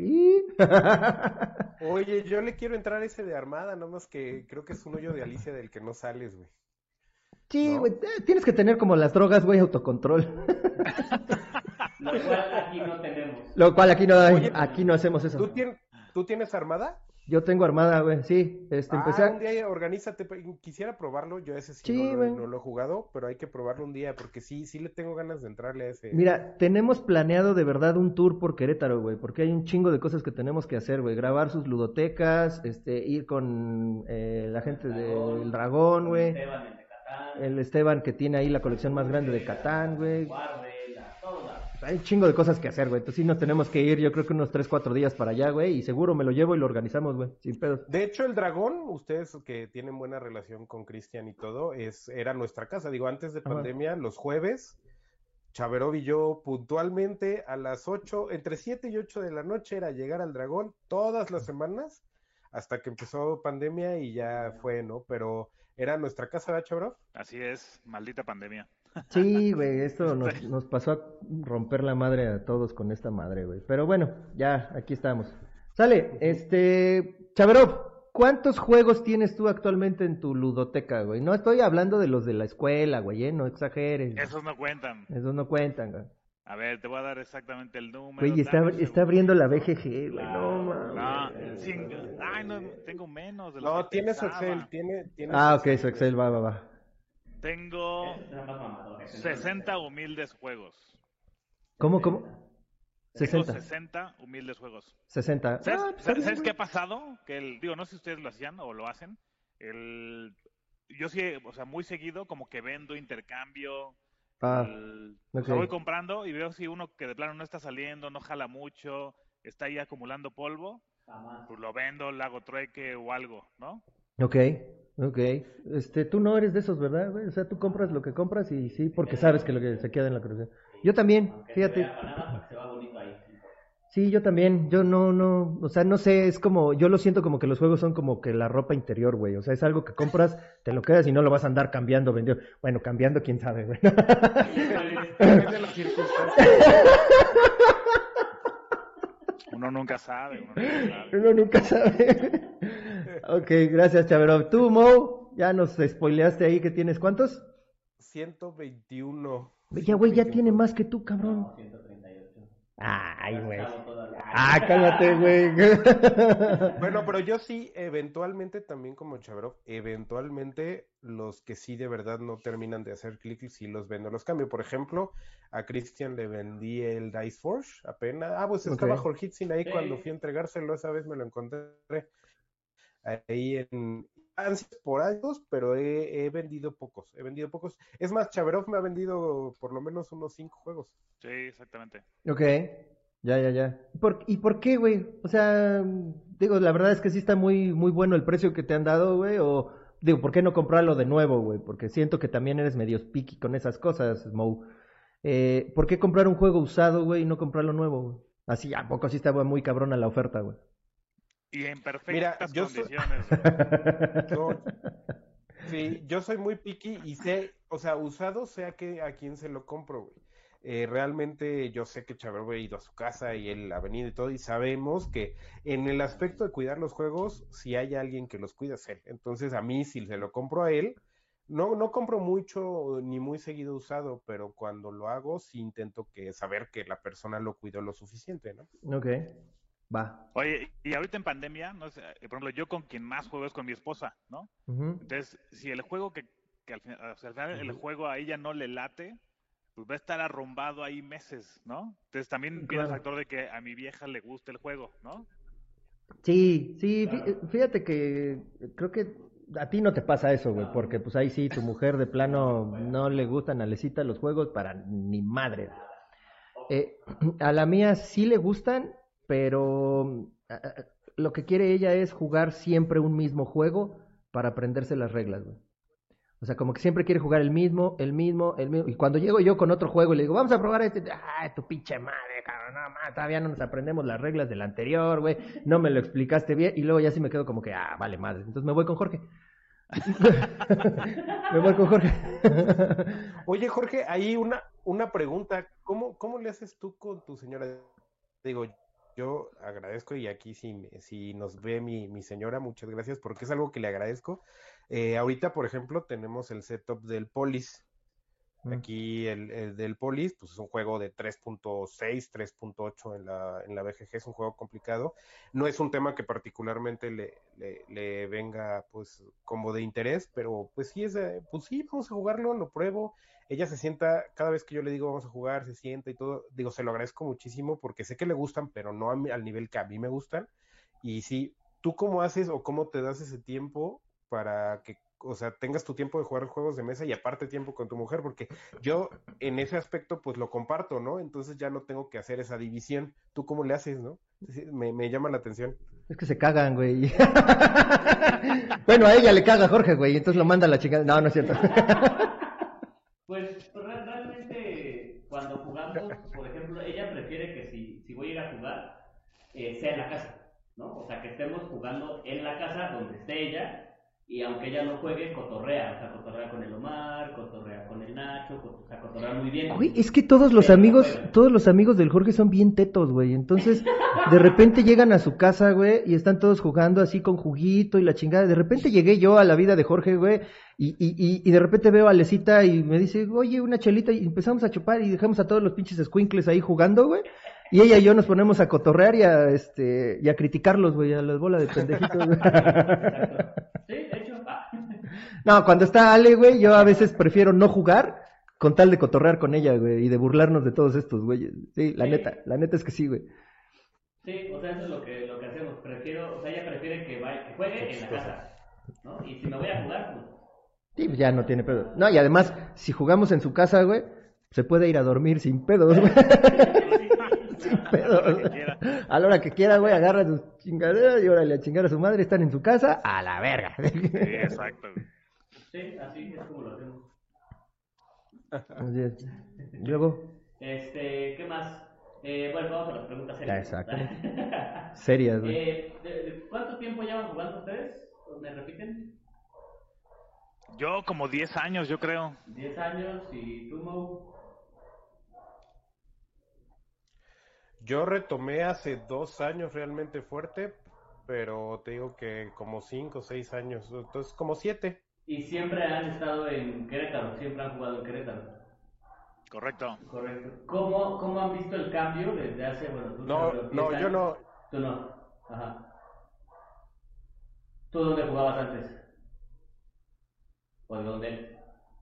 Oye, yo le quiero entrar a ese de Armada, nomás que creo que es un hoyo de Alicia del que no sales, güey. Sí, ¿No? güey, tienes que tener como las drogas, güey, autocontrol. Lo cual aquí no tenemos. Lo cual aquí no, Oye, aquí no hacemos eso. ¿Tú tienes Armada? Yo tengo Armada, güey, sí, empecé Un día organízate, quisiera probarlo, yo ese sí, Sí, no lo he jugado, pero hay que probarlo un día, porque sí le tengo ganas de entrarle a ese. Mira, tenemos planeado de verdad un tour por Querétaro, güey, porque hay un chingo de cosas que tenemos que hacer, güey. Grabar sus ludotecas, ir con la gente del Dragón, güey. Esteban, el de Catán. El Esteban que tiene ahí la colección más grande de Catán, güey. Marvel, a todos lados. Hay un chingo de cosas que hacer, güey. Entonces sí nos tenemos que ir, yo creo que unos 3, 4 días para allá, güey. Y seguro me lo llevo y lo organizamos, güey, sin pedos. De hecho, el Dragón, ustedes que tienen buena relación con Cristian y todo, era nuestra casa. Digo, antes de Ajá. pandemia, los jueves, Chaverov y yo puntualmente a las 8, entre 7 y 8 de la noche era llegar al Dragón todas las semanas hasta que empezó pandemia y ya fue, ¿no? Pero era nuestra casa, ¿verdad, Chaverov? Así es, maldita pandemia. Sí, güey, esto nos pasó a romper la madre a todos con esta madre, güey. Pero bueno, ya, aquí estamos. Sale, Chaverov, ¿cuántos juegos tienes tú actualmente en tu ludoteca, güey? No estoy hablando de los de la escuela, güey, no exageres. Esos no cuentan. Esos no cuentan, güey. A ver, te voy a dar exactamente el número. Güey, está abriendo la BGG, güey, no mames. No, tengo menos de lo No, que tiene su pensaba. Excel, tiene Ok, su Excel, va. Tengo 60 humildes juegos. ¿Cómo? Tengo 60. 60 humildes juegos. 60. ¿Sabes qué ha pasado? Digo, no sé si ustedes lo hacían o lo hacen. Yo sí, o sea, muy seguido como que vendo, intercambio. O sea, voy comprando y veo si uno que de plano no está saliendo, no jala mucho, está ahí acumulando polvo, pues lo vendo, le hago trueque o algo, ¿no? Ok. Tú no eres de esos, ¿verdad, güey? O sea, tú compras lo que compras y sí, porque sabes que lo que se queda en la colección. Yo también, fíjate. Sí, yo también, yo no, o sea, no sé, es como, yo lo siento como que los juegos son como que la ropa interior, güey, o sea, es algo que compras, te lo quedas y no lo vas a andar cambiando, vendiendo, bueno, cambiando, quién sabe, güey. Uno nunca sabe. Uno nunca sabe. Ok, gracias, Chaverov. Tú, Mo, ya nos spoileaste ahí que tienes, ¿cuántos? 121. Ya, güey, ya tiene más que tú, cabrón. No, 138. Ay, güey. Cálmate, güey. Bueno, pero yo sí, eventualmente, también como Chaverov, eventualmente los que sí de verdad no terminan de hacer clic, sí los vendo, los cambio. Por ejemplo, a Cristian le vendí el Dice Forge apenas. Pues estaba Jorgitzin ahí cuando fui a entregárselo, esa vez me lo encontré ahí en ansias por años, pero he vendido pocos. Es más, Chaverov me ha vendido por lo menos unos 5 juegos. Sí, exactamente. Ok. Ya. ¿Y por qué, güey? O sea, digo, la verdad es que sí está muy, muy bueno el precio que te han dado, güey. O, digo, ¿por qué no comprarlo de nuevo, güey? Porque siento que también eres medio picky con esas cosas, Mo. ¿Por qué comprar un juego usado, güey, y no comprarlo nuevo, güey? Así, ¿a poco sí estaba muy cabrona la oferta, güey? Y en perfectas condiciones. Yo soy muy picky y sé, o sea, usado sé a quién se lo compro, güey. Realmente yo sé que Chaverov ha ido a su casa y él ha venido y todo, y sabemos que en el aspecto de cuidar los juegos, si hay alguien que los cuida, es él. Entonces a mí, si se lo compro a él, no compro mucho ni muy seguido usado, pero cuando lo hago, sí intento saber que la persona lo cuidó lo suficiente, ¿no? Ok, va. Oye, y ahorita en pandemia, no sé, por ejemplo, yo con quien más juego es con mi esposa, ¿no? Entonces, si el juego que al final el juego a ella no le late, pues va a estar arrumbado ahí meses, ¿no? Entonces también viene el factor de que a mi vieja le gusta el juego, ¿no? Sí, fíjate que creo que a ti no te pasa eso, güey, porque pues ahí sí, tu mujer de plano no le gustan a Lecita los juegos para ni madre. A la mía sí le gustan, pero lo que quiere ella es jugar siempre un mismo juego para aprenderse las reglas, güey. O sea, como que siempre quiere jugar el mismo. Y cuando llego yo con otro juego y le digo, vamos a probar este. ¡Ay, tu pinche madre, cabrón! No, todavía no nos aprendemos las reglas del anterior, güey. No me lo explicaste bien. Y luego ya sí me quedo como que, vale, madre. Entonces me voy con Jorge. Oye, Jorge, ahí una pregunta. ¿Cómo le haces tú con tu señora? Digo, yo agradezco, y aquí si nos ve mi señora, muchas gracias, porque es algo que le agradezco. Ahorita, por ejemplo, tenemos el setup del Polis. Aquí el del Polis, pues es un juego de 3.6, 3.8 en la BGG, es un juego complicado. No es un tema que particularmente le venga pues como de interés, pero pues sí pues sí, vamos a jugarlo, lo pruebo. Ella se sienta, cada vez que yo le digo vamos a jugar, se sienta y todo, digo, se lo agradezco muchísimo porque sé que le gustan, pero no al nivel que a mí me gustan. Y sí, ¿tú cómo haces o cómo te das ese tiempo para que, o sea, tengas tu tiempo de jugar juegos de mesa y aparte tiempo con tu mujer? Porque yo en ese aspecto pues lo comparto, ¿no? Entonces ya no tengo que hacer esa división. ¿Tú cómo le haces, no? Me llama la atención. Es que se cagan, güey. Bueno, a ella le caga Jorge, güey, entonces lo manda a la chingada. No es cierto. Pues realmente cuando a jugar, sea en la casa, ¿no? O sea, que estemos jugando en la casa donde esté ella, y aunque ella no juegue, cotorrea, o sea, cotorrea con el Omar, cotorrea con el Nacho, o sea, cotorrea muy bien. Güey, es que todos los Pero no amigos, juegan. todos los amigos del Jorge son bien tetos, güey. Entonces, de repente llegan a su casa, güey, y están todos jugando así con juguito y la chingada. De repente llegué yo a la vida de Jorge, güey, y de repente veo a Alecita y me dice, oye, una chelita, y empezamos a chupar y dejamos a todos los pinches squinkles ahí jugando, güey. Y ella y yo nos ponemos a cotorrear y a criticarlos, güey, a las bolas de pendejitos, güey. Exacto. Sí, de hecho, No, cuando está Ale, güey, yo a veces prefiero no jugar con tal de cotorrear con ella, güey, y de burlarnos de todos estos güeyes. Sí, la neta es que sí, güey. sí, o sea, eso es lo que hacemos. Prefiero, o sea, ella prefiere que juegue en la casa, ¿no? Y si me voy a jugar, pues... Sí, pues ya no tiene pedo. No, y además, si jugamos en su casa, güey, se puede ir a dormir sin pedos, güey. Sin pedos. A la hora que quiera, güey, agarra sus chingaderas y órale a chingar a su madre, están en su casa, a la verga. Sí, exacto. Sí, así es como lo hacemos. Así es. Luego, ¿Qué más? Bueno, vamos a las preguntas serias. exactamente. Serias, güey. ¿Cuánto tiempo llevan jugando ustedes? ¿Me repiten? Yo como 10 años, yo creo. 10 años, y tú, Mo. Yo retomé hace 2 años realmente fuerte, pero te digo que como 5 o 6 años, entonces como 7. Y siempre han estado en Querétaro, siempre han jugado en Querétaro. Correcto. Correcto. ¿Cómo han visto el cambio desde hace, bueno, tú No, sabes, 10 no, años? yo no. Tú no. Ajá. ¿Tú dónde jugabas antes? ¿O de dónde?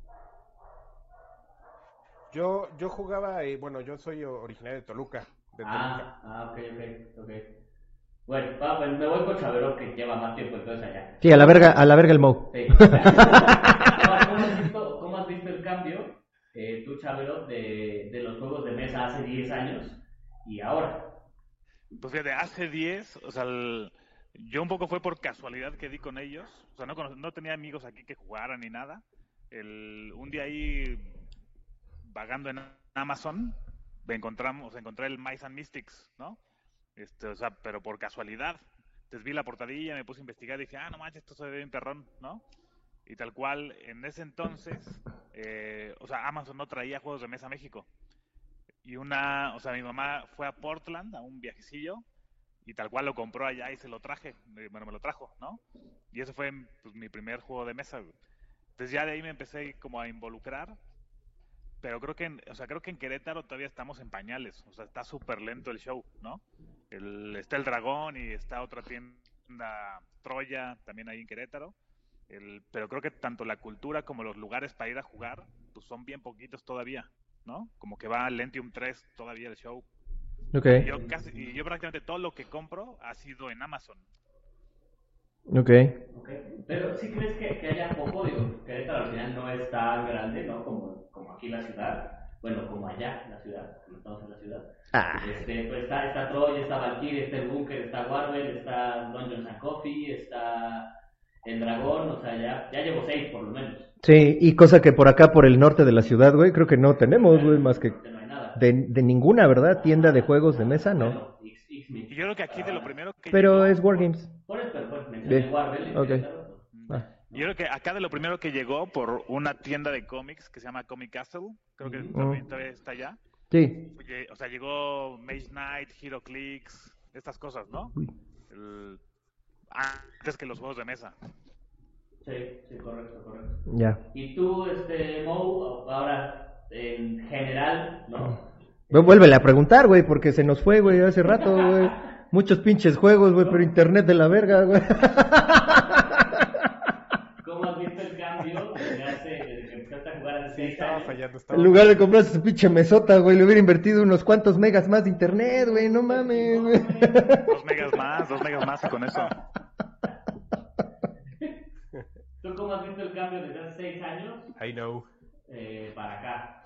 Yo jugaba, bueno, yo soy originario de Toluca, de Toluca. Ok. Bueno, pues me voy con Chavero, que lleva más tiempo entonces allá. Sí, a la verga el Mo. Sí. ¿Cómo has visto el cambio, tú, Chavero, de los juegos de mesa hace 10 años y ahora? Pues fíjate, hace 10, o sea, yo un poco fue por casualidad que di con ellos. O sea, no tenía amigos aquí que jugaran ni nada. Un día ahí, vagando en Amazon, encontré el Mice and Mystics, ¿no? O sea, pero por casualidad. Entonces vi la portadilla, me puse a investigar y dije, no manches, esto se ve bien perrón, ¿no? Y tal cual, en ese entonces, o sea, Amazon no traía juegos de mesa a México. Y o sea, mi mamá fue a Portland a un viajecillo y tal cual lo compró allá y se lo traje, bueno, me lo trajo, ¿no? Y ese fue pues, mi primer juego de mesa, güey. Entonces ya de ahí me empecé como a involucrar, pero creo que en Querétaro todavía estamos en pañales, o sea, está súper lento el show, ¿no? Está el Dragón y está otra tienda, Troya, también ahí en Querétaro, pero creo que tanto la cultura como los lugares para ir a jugar, pues son bien poquitos todavía, ¿no? Como que va Lentium 3 todavía el show. Ok. Y yo prácticamente todo lo que compro ha sido en Amazon. Ok. Pero ¿sí crees que haya poco? Digo, Querétaro al final no es tan grande, ¿no? Como aquí la ciudad. Bueno, como allá la ciudad, como estamos en la ciudad. Pues está Troy, está Valkyrie, está el Bunker, está Warwell, está Dungeons and Coffee, está el Dragón, o sea, ya llevo 6 por lo menos. Sí, y cosa que por acá, por el norte de la ciudad, güey, creo que no tenemos, güey, más que No hay nada. de ninguna, ¿verdad? Tienda de juegos de mesa, no. Bueno, Y yo creo que aquí de lo primero que Pero llegó, es Wargames. Por eso, pues mencioné Bien. Warwell y Ok. Querétaro. Yo creo que acá de lo primero que llegó por una tienda de cómics que se llama Comic Castle, creo que también todavía está allá. Sí. O sea, llegó Mage Knight, HeroClix, estas cosas, ¿no? Antes que los juegos de mesa. Sí, correcto. Ya. Y tú, Mo, ahora, en general, ¿no? Vuélvele a preguntar, güey, porque se nos fue, güey, hace rato, güey. Muchos pinches juegos, güey, pero internet de la verga, güey. ¿Cómo has visto el cambio desde que empezaste a jugar hace 6 Estaba años? fallando. En lugar de comprarse su pinche mesota, güey, le hubiera invertido unos cuantos megas más de internet, güey, no mames, güey. 2 megas más y con eso. ¿Tú cómo has visto el cambio desde hace 6 años I know. para acá?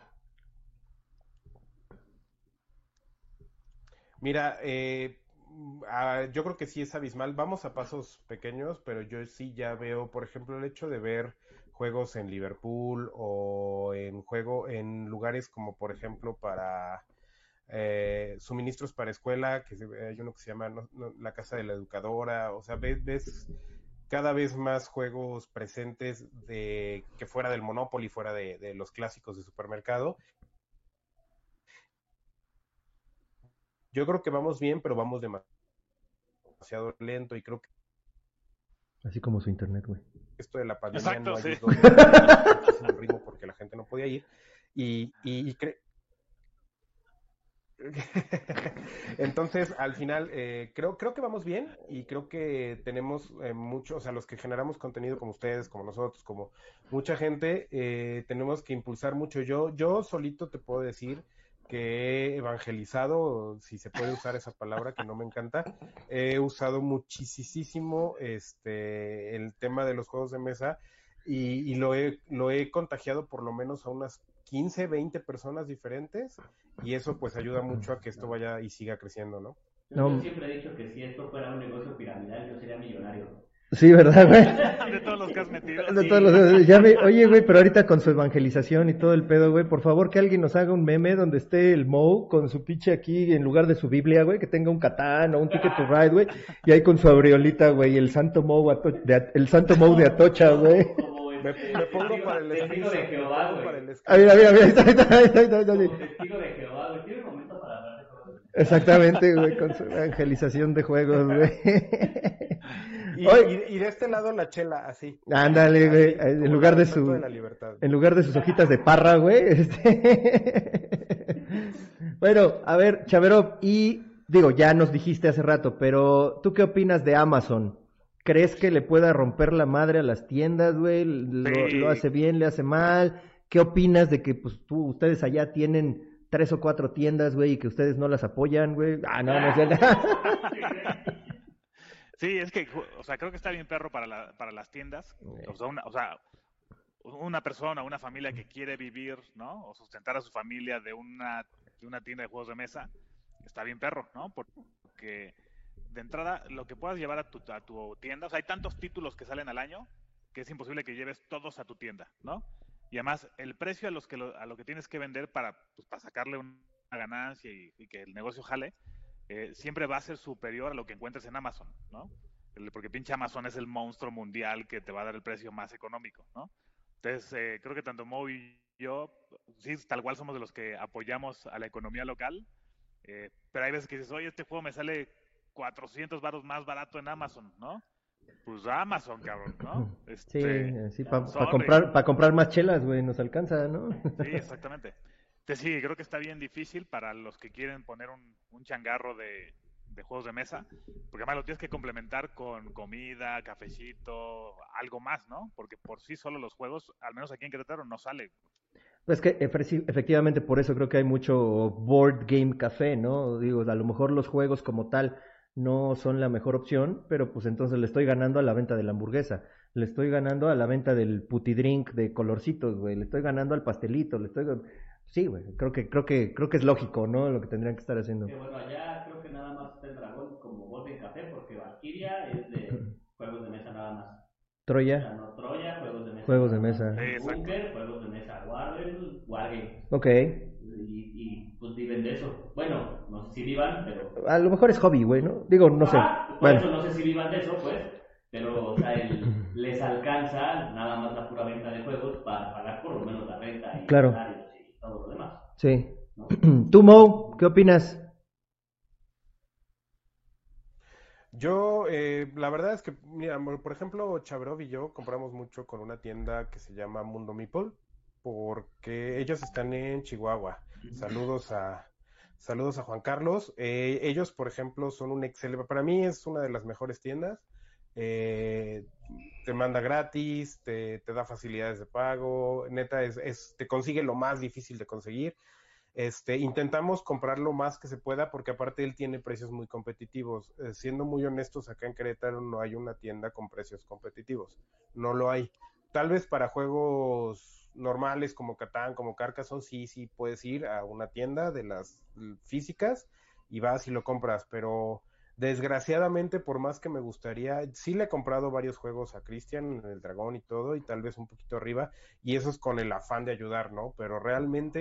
Mira, yo creo que sí es abismal. Vamos a pasos pequeños, pero yo sí ya veo, por ejemplo, el hecho de ver juegos en Liverpool o en lugares como, por ejemplo, para suministros para escuela, que hay uno que se llama La Casa de la Educadora, o sea, ves cada vez más juegos presentes que fuera del Monopoly, fuera de los clásicos de supermercado. Yo creo que vamos bien, pero vamos demasiado lento y creo que Así como su internet, güey. esto de la pandemia Exacto, no sí. ayudó muchísimo el ritmo porque la gente no podía ir y entonces al final creo que vamos bien y creo que tenemos mucho, o sea, los que generamos contenido como ustedes, como nosotros, como mucha gente, tenemos que impulsar mucho. Yo solito te puedo decir que he evangelizado, si se puede usar esa palabra que no me encanta, he usado muchísimo el tema de los juegos de mesa y lo he contagiado por lo menos a unas 15, 20 personas diferentes y eso pues ayuda mucho a que esto vaya y siga creciendo, ¿no? Yo siempre he dicho que si esto fuera un negocio piramidal, yo sería millonario. Sí, ¿verdad, güey? De todos los que has metido. De Sí. todos oye, güey, pero ahorita con su evangelización y todo el pedo, güey, por favor que alguien nos haga un meme donde esté el Moe con su pinche aquí en lugar de su Biblia, güey, que tenga un Catán o un Ticket to Ride, güey, y ahí con su aureolita, güey, el Santo Moe de Atocha, güey. Me pongo para el testigo de Jehová, güey. Mira, ahí está. Como testigo de Jehová, güey. Tiene un momento para hablar de juegos. Exactamente, güey, con su evangelización de juegos, güey. Y de este lado la chela, así. Ándale, güey, Así, en lugar de en lugar de sus hojitas de parra, güey. Bueno, a ver, Chaverov, y digo, ya nos dijiste hace rato, pero ¿tú qué opinas de Amazon? ¿Crees que le pueda romper la madre a las tiendas, güey? ¿Lo hace bien, le hace mal? ¿Qué opinas de que pues ustedes allá tienen 3 o 4 tiendas, güey, y que ustedes no las apoyan, güey? No sé. Sí, es que, o sea, creo que está bien perro para las tiendas. Una persona, una familia que quiere vivir, ¿no? O sustentar a su familia de una tienda de juegos de mesa, está bien perro, ¿no? Porque de entrada, lo que puedas llevar a tu tienda, o sea, hay tantos títulos que salen al año que es imposible que lleves todos a tu tienda, ¿no? Y además, el precio a lo que tienes que vender para sacarle una ganancia y que el negocio jale, siempre va a ser superior a lo que encuentres en Amazon, ¿no? Porque pinche Amazon es el monstruo mundial que te va a dar el precio más económico, ¿no? Entonces, creo que tanto Mo y yo, sí, tal cual somos de los que apoyamos a la economía local, pero hay veces que dices, oye, este juego me sale 400 varos más barato en Amazon, ¿no? Pues Amazon, cabrón, ¿no? Sí, para comprar más chelas, güey, nos alcanza, ¿no? Sí, exactamente. Entonces sí, creo que está bien difícil para los que quieren poner un changarro de juegos de mesa, porque además lo tienes que complementar con comida, cafecito, algo más, ¿no? Porque por sí solo los juegos, al menos aquí en Querétaro, no sale. Pues que efectivamente por eso creo que hay mucho board game café, ¿no? Digo, a lo mejor los juegos como tal no son la mejor opción, pero pues entonces le estoy ganando a la venta de la hamburguesa, le estoy ganando a la venta del putidrink de colorcitos, güey, le estoy ganando al pastelito, sí, güey, creo que es lógico, ¿no? Lo que tendrían que estar haciendo. Que bueno, allá creo que nada más está el dragón como Golden Café, porque Valkyria es de juegos de mesa nada más. Troya. O sea, no, Troya, juegos de mesa. Juegos de mesa. Bunker, juegos de mesa. Wargame. Ok. Y pues viven de eso. Bueno, no sé si vivan, pero... A lo mejor es hobby, güey, ¿no? Digo, no sé. Por eso no sé si vivan de eso, pues. Pero, o sea, les alcanza nada más la pura venta de juegos para pagar por lo menos la renta y claro. los salarios y todo lo demás. Sí. ¿No? ¿Tú, Mo, qué opinas? Yo, la verdad es que, mira, por ejemplo, Chaverov y yo compramos mucho con una tienda que se llama Mundo Meeple, porque ellos están en Chihuahua. Saludos a Juan Carlos. Ellos, por ejemplo, son un excelente, para mí es una de las mejores tiendas. Te manda gratis, te da facilidades de pago, neta, te consigue lo más difícil de conseguir. Intentamos comprar lo más que se pueda porque aparte él tiene precios muy competitivos. Siendo muy honestos, acá en Querétaro no hay una tienda con precios competitivos. No lo hay. Tal vez para juegos normales como Catán, como Carcassonne, sí puedes ir a una tienda de las físicas y vas y lo compras, pero desgraciadamente, por más que me gustaría, sí le he comprado varios juegos a Cristian, el Dragón y todo, y tal vez un poquito arriba, y eso es con el afán de ayudar, ¿no? Pero realmente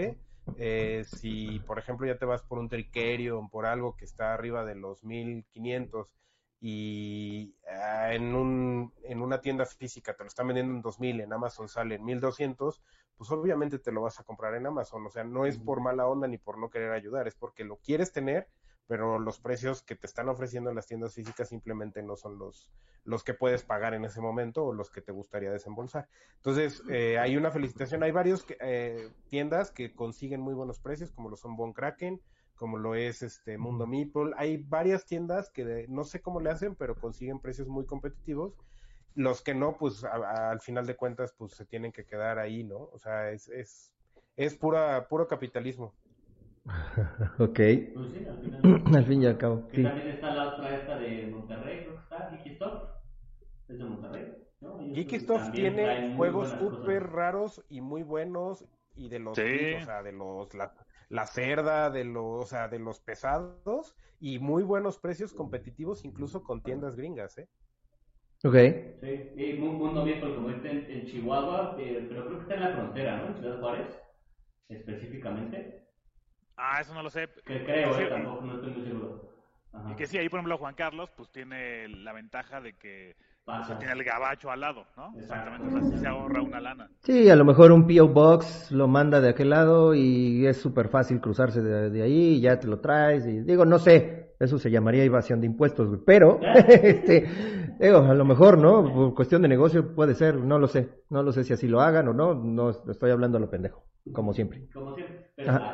Si, por ejemplo, ya te vas por un Trickerion, por algo que está arriba de los 1500 y en una tienda física te lo están vendiendo en 2000, en Amazon sale en 1200, pues obviamente te lo vas a comprar en Amazon. O sea, no es por mala onda ni por no querer ayudar, es porque lo quieres tener, pero los precios que te están ofreciendo en las tiendas físicas simplemente no son los que puedes pagar en ese momento o los que te gustaría desembolsar. Entonces, hay una felicitación. Hay varios tiendas que consiguen muy buenos precios, como lo son Von Kraken, como lo es Mundo Meeple. Hay varias tiendas que no sé cómo le hacen, pero consiguen precios muy competitivos. Los que no, pues al final de cuentas, pues se tienen que quedar ahí, ¿no? O sea, es puro capitalismo. Ok. Pues sí, al final. Al fin y al cabo, Que sí. también está la otra esta de Monterrey, creo que está, Geekystock. Es de Monterrey, ¿no? Ellos creo que Geekystuff también tiene traen muy juegos buenas súper cosas. raros y muy buenos y de los Sí. o sea, la cerda, o sea, de los pesados y muy buenos precios competitivos incluso con tiendas gringas, ¿eh? Ok. Sí, y Mundo Maple, como está en Chihuahua, pero creo que está en la frontera, ¿no? En Ciudad Juárez, específicamente. Ah, eso no lo sé. Que Y que creo, sí, tampoco no estoy muy seguro. y Ajá. que sí, ahí por ejemplo Juan Carlos, pues tiene la ventaja de que, o sea, Pasas. tiene el gabacho al lado, ¿no? Exacto. Exactamente, o sea, sí se ahorra una lana. Sí, a lo mejor un P.O. Box lo manda de aquel lado y es súper fácil cruzarse de ahí y ya te lo traes. Y digo, no sé, eso se llamaría evasión de impuestos, güey. Pero, digo, a lo mejor, ¿no? Por cuestión de negocio puede ser, no lo sé. No lo sé si así lo hagan o no. No estoy hablando a lo pendejo, como siempre. Como siempre. Pero, Ajá.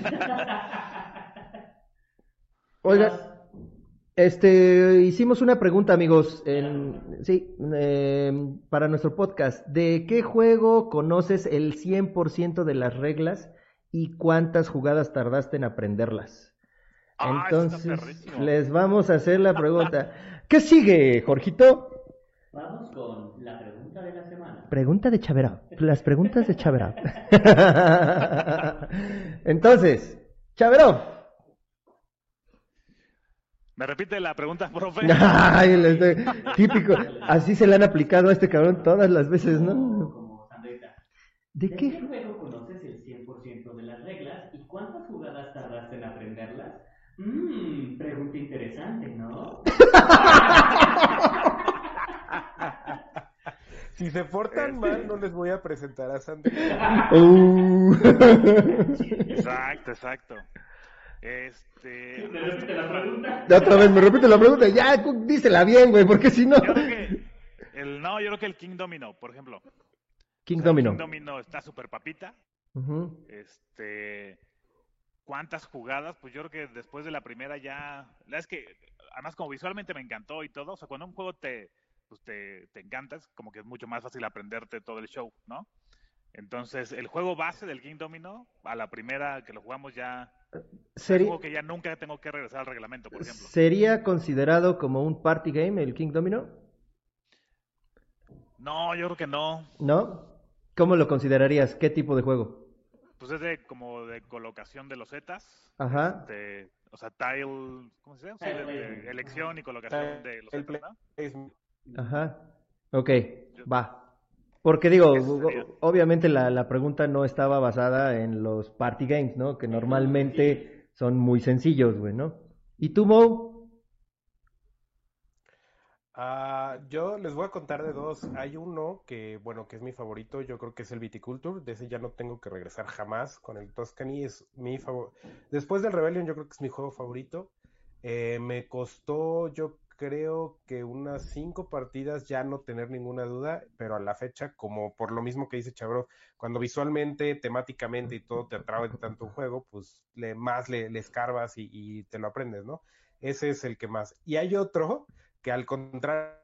¿qué Oigan, más? hicimos una pregunta, amigos, Pregunta. sí, para nuestro podcast. ¿De qué juego conoces el 100% de las reglas y cuántas jugadas tardaste en aprenderlas? Ah, eso está Entonces, perrísimo. les vamos a hacer la pregunta. ¿Qué sigue, Jorgito? Vamos con la pregunta de la semana. Pregunta de Chaverá. Las preguntas de Chaverá. Entonces, Chaveró. ¿Me repite la pregunta, profe? Ay, típico. Híjole. Así se le han aplicado a este cabrón todas las veces, Como, ¿no? como Sandrita. ¿De ¿De qué? qué juego conoces el 100% de las reglas y cuántas jugadas tardaste en aprenderlas? Pregunta interesante, ¿no? Si se portan mal, no les voy a presentar a Sandra. Exacto, exacto. ¿Me repite la pregunta? Otra vez me repite la pregunta. Ya, dísela bien, güey, porque si no. Yo creo que yo creo que el King Domino, por ejemplo. King O sea, el Domino. King Domino está súper papita. Ujú. ¿Cuántas jugadas? Pues yo creo que después de la primera ya... Es que, además, como visualmente me encantó y todo, o sea, cuando un juego pues te encanta, es como que es mucho más fácil aprenderte todo el show, ¿no? Entonces, el juego base del King Domino, a la primera que lo jugamos ya... Es un Sería, juego que ya nunca tengo que regresar al reglamento, por ejemplo. ¿Sería considerado como un party game el King Domino? No, yo creo que no. ¿No? ¿Cómo lo considerarías? ¿Qué tipo de juego? Pues como de colocación de los zetas. Ajá. O sea, tile, ¿cómo se llama? Sí, de elección y colocación de los zetas, ¿no? Ajá. Ok, va. Porque digo, Eso sería. obviamente la pregunta no estaba basada en los party games, ¿no? Que normalmente son muy sencillos, güey, ¿no? ¿Y tú, Mo? Yo les voy a contar de dos. Hay uno que, bueno, que es mi favorito, yo creo que es el Viticulture. De ese ya no tengo que regresar jamás. Con el Tuscany es mi favorito. Después del Rebellion, yo creo que es mi juego favorito. Me costó, yo creo que unas 5 partidas ya no tener ninguna duda, pero a la fecha, como por lo mismo que dice Chabro, cuando visualmente, temáticamente y todo te atrae tanto un juego, pues le escarbas y te lo aprendes, ¿no? Ese es el que más. Y hay otro que al contrario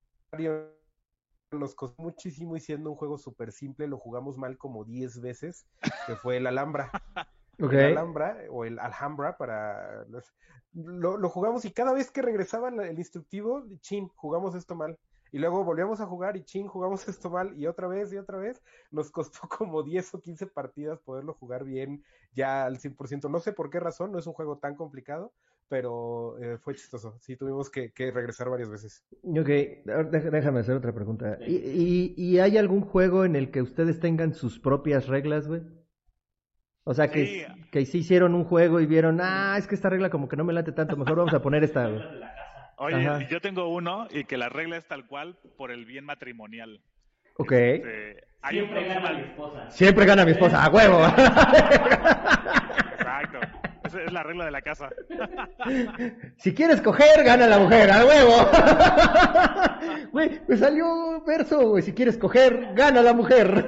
nos costó muchísimo y siendo un juego súper simple, lo jugamos mal como 10 veces, que fue el Alhambra. Ok. El Alhambra o el Alhambra lo jugamos y cada vez que regresaba el instructivo, chin, jugamos esto mal. Y luego volvíamos a jugar y chin, jugamos esto mal y otra vez, nos costó como 10 o 15 partidas poderlo jugar bien ya al 100%. No sé por qué razón, no es un juego tan complicado, pero fue chistoso. Sí, tuvimos que regresar varias veces. Ok, déjame hacer otra pregunta. Sí. ¿Y hay algún juego en el que ustedes tengan sus propias reglas, güey? O sea, Sí. que sí hicieron un juego y vieron, es que esta regla como que no me late tanto, mejor vamos a poner esta, güey. Reglas de la casa. Oye, Ajá. yo tengo uno y que la regla es tal cual por el bien matrimonial. Ok. Hay un Siempre juego que se gana mi llama... esposa. Siempre gana mi esposa, a huevo. Exacto. Esa es la regla de la casa. Si quieres coger, gana la mujer, a huevo. Güey, me salió verso, güey. Si quieres coger, gana la mujer.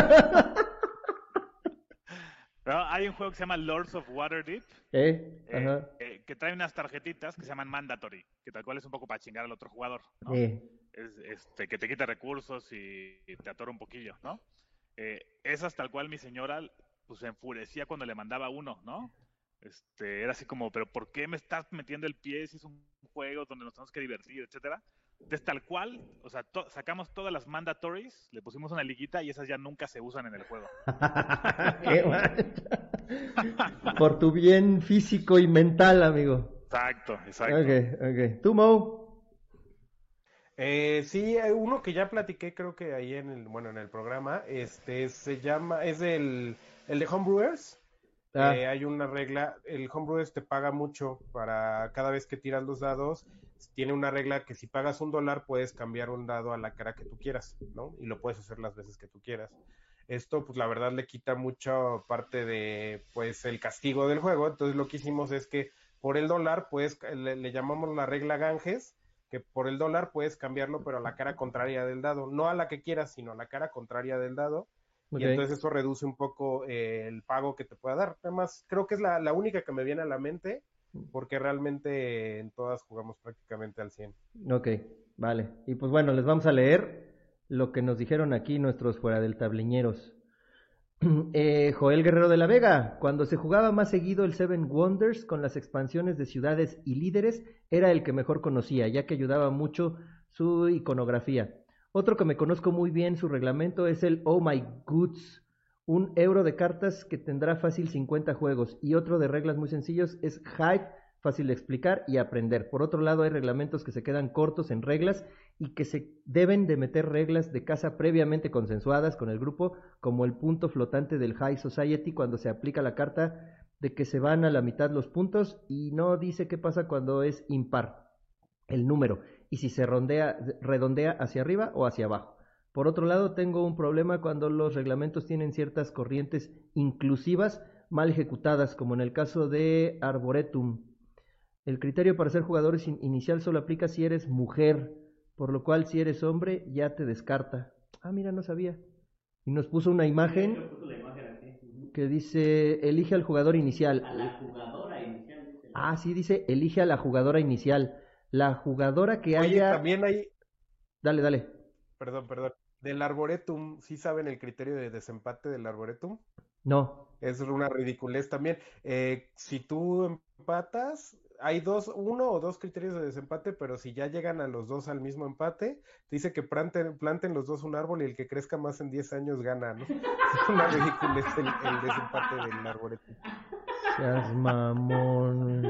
Pero hay un juego que se llama Lords of Waterdeep, Ajá. que trae unas tarjetitas que se llaman mandatory, que tal cual es un poco para chingar al otro jugador, ¿no? Que te quita recursos y te atora un poquillo, ¿no? Esas tal cual mi señora pues se enfurecía cuando le mandaba uno, ¿no? Era así como, pero ¿por qué me estás metiendo el pie si es un juego donde nos tenemos que divertir, etcétera? Entonces tal cual, o sea, sacamos todas las mandatories, le pusimos una liguita y esas ya nunca se usan en el juego. Qué mal. Por tu bien físico y mental, amigo. Exacto. Ok. ¿Tú, Mo? Sí, uno que ya platiqué, creo que ahí en el programa, se llama, es el de Homebrewers. Hay una regla, el Homebrewers te paga mucho para cada vez que tiras los dados, tiene una regla que si pagas $1 puedes cambiar un dado a la cara que tú quieras, ¿no? Y lo puedes hacer las veces que tú quieras. Esto, pues la verdad le quita mucha parte de, pues, el castigo del juego. Entonces lo que hicimos es que por el dólar, pues, le llamamos la regla Ganges, que por el dólar puedes cambiarlo, pero a la cara contraria del dado. No a la que quieras, sino a la cara contraria del dado. Ok. Y entonces eso reduce un poco el pago que te pueda dar. Además, creo que es la única que me viene a la mente, porque realmente en todas jugamos prácticamente al 100. Ok, vale. Y pues bueno, les vamos a leer lo que nos dijeron aquí nuestros fuera del tableñeros. Joel Guerrero de la Vega, cuando se jugaba más seguido el Seven Wonders con las expansiones de ciudades y líderes, era el que mejor conocía, ya que ayudaba mucho su iconografía. Otro que me conozco muy bien su reglamento es el Oh My Goods, un euro de cartas que tendrá fácil 50 juegos, y otro de reglas muy sencillos es Hive, fácil de explicar y aprender. Por otro lado, hay reglamentos que se quedan cortos en reglas y que se deben de meter reglas de casa previamente consensuadas con el grupo, como el punto flotante del High Society cuando se aplica la carta de que se van a la mitad los puntos y no dice qué pasa cuando es impar el número y si se redondea hacia arriba o hacia abajo. Por otro lado, tengo un problema cuando los reglamentos tienen ciertas corrientes inclusivas mal ejecutadas, como en el caso de Arboretum. El criterio para ser jugador inicial solo aplica si eres mujer, por lo cual si eres hombre ya te descarta. Mira, no sabía. Y nos puso una imagen que dice, elige al jugador inicial. A la jugadora inicial. Sí, dice, elige a la jugadora inicial. La jugadora que Oye, haya... también hay... Dale. Perdón. Del Arboretum, ¿sí saben el criterio de desempate del Arboretum? No. Es una ridiculez también. Si tú empatas, hay uno o dos criterios de desempate, pero si ya llegan a los dos al mismo empate, dice que planten los dos un árbol y el que crezca más en 10 años gana, ¿no? Es una ridiculez el desempate del Arboretum. Seas mamón.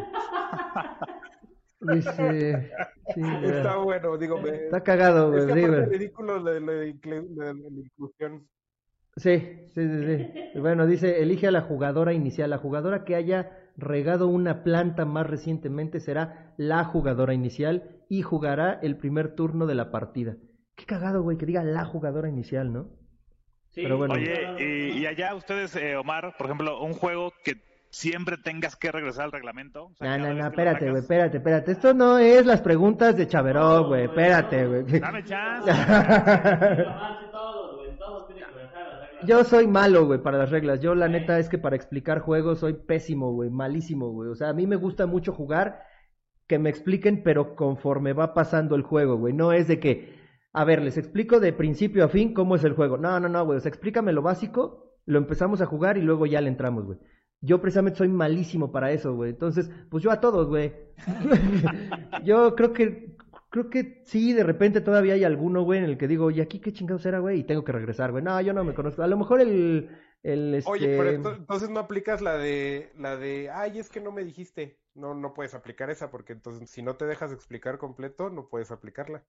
Dice... Sí, está bueno, digo, está cagado, güey. Es que aparte es ridículo la inclusión. Sí. Bueno, dice, elige a la jugadora inicial. La jugadora que haya regado una planta más recientemente será la jugadora inicial y jugará el primer turno de la partida. Qué cagado, güey, que diga la jugadora inicial, ¿no? Sí. Pero bueno. Oye, y allá ustedes, Omar, por ejemplo, un juego que siempre tengas que regresar al reglamento. O sea, No, espérate, güey, espérate. Esto no es las preguntas de Chaveró, güey, espérate, güey. Dame chance. Yo soy malo, güey, para las reglas. Yo, la neta, es que para explicar juegos soy pésimo, güey, malísimo, güey. O sea, a mí me gusta mucho jugar, que me expliquen, pero conforme va pasando el juego, güey. No es de que, a ver, les explico de principio a fin cómo es el juego. No, güey. O sea, explícame lo básico, lo empezamos a jugar y luego ya le entramos, güey. Yo precisamente soy malísimo para eso, güey. Entonces, pues yo a todos, güey. Yo creo que sí, de repente todavía hay alguno, güey, en el que digo, ¿y aquí qué chingados era, güey? Y tengo que regresar, güey. No, yo no me conozco. A lo mejor Oye, pero entonces no aplicas la de, ay, es que no me dijiste. No puedes aplicar esa porque entonces si no te dejas explicar completo, no puedes aplicarla.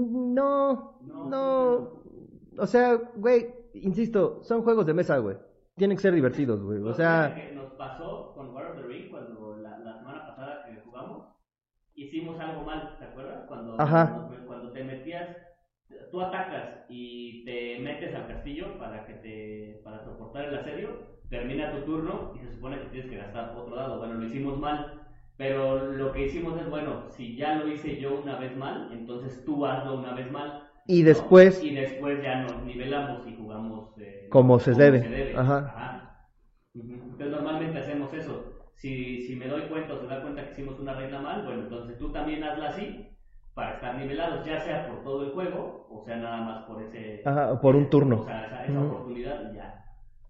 No. O sea, güey, insisto, son juegos de mesa, güey. tienen que ser divertidos, güey. O Pues sea, fíjate que nos pasó con War of the Ring cuando la semana pasada que jugamos, hicimos algo mal, ¿te acuerdas? Ajá. Cuando te metías, tú atacas y te metes al castillo para soportar el asedio, termina tu turno y se supone que tienes que gastar otro dado. Bueno, lo hicimos mal, pero lo que hicimos es, bueno, si ya lo hice yo una vez mal, entonces tú hazlo una vez mal. y ¿no? después, Y después ya nos nivelamos y jugamos como se debe. Ajá. Ajá. Entonces normalmente hacemos eso. Si me doy cuenta o se da cuenta que hicimos una regla mal, bueno, entonces tú también hazla así para estar nivelados, ya sea por todo el juego o sea nada más por Ajá, por un turno. O sea, esa oportunidad y ya.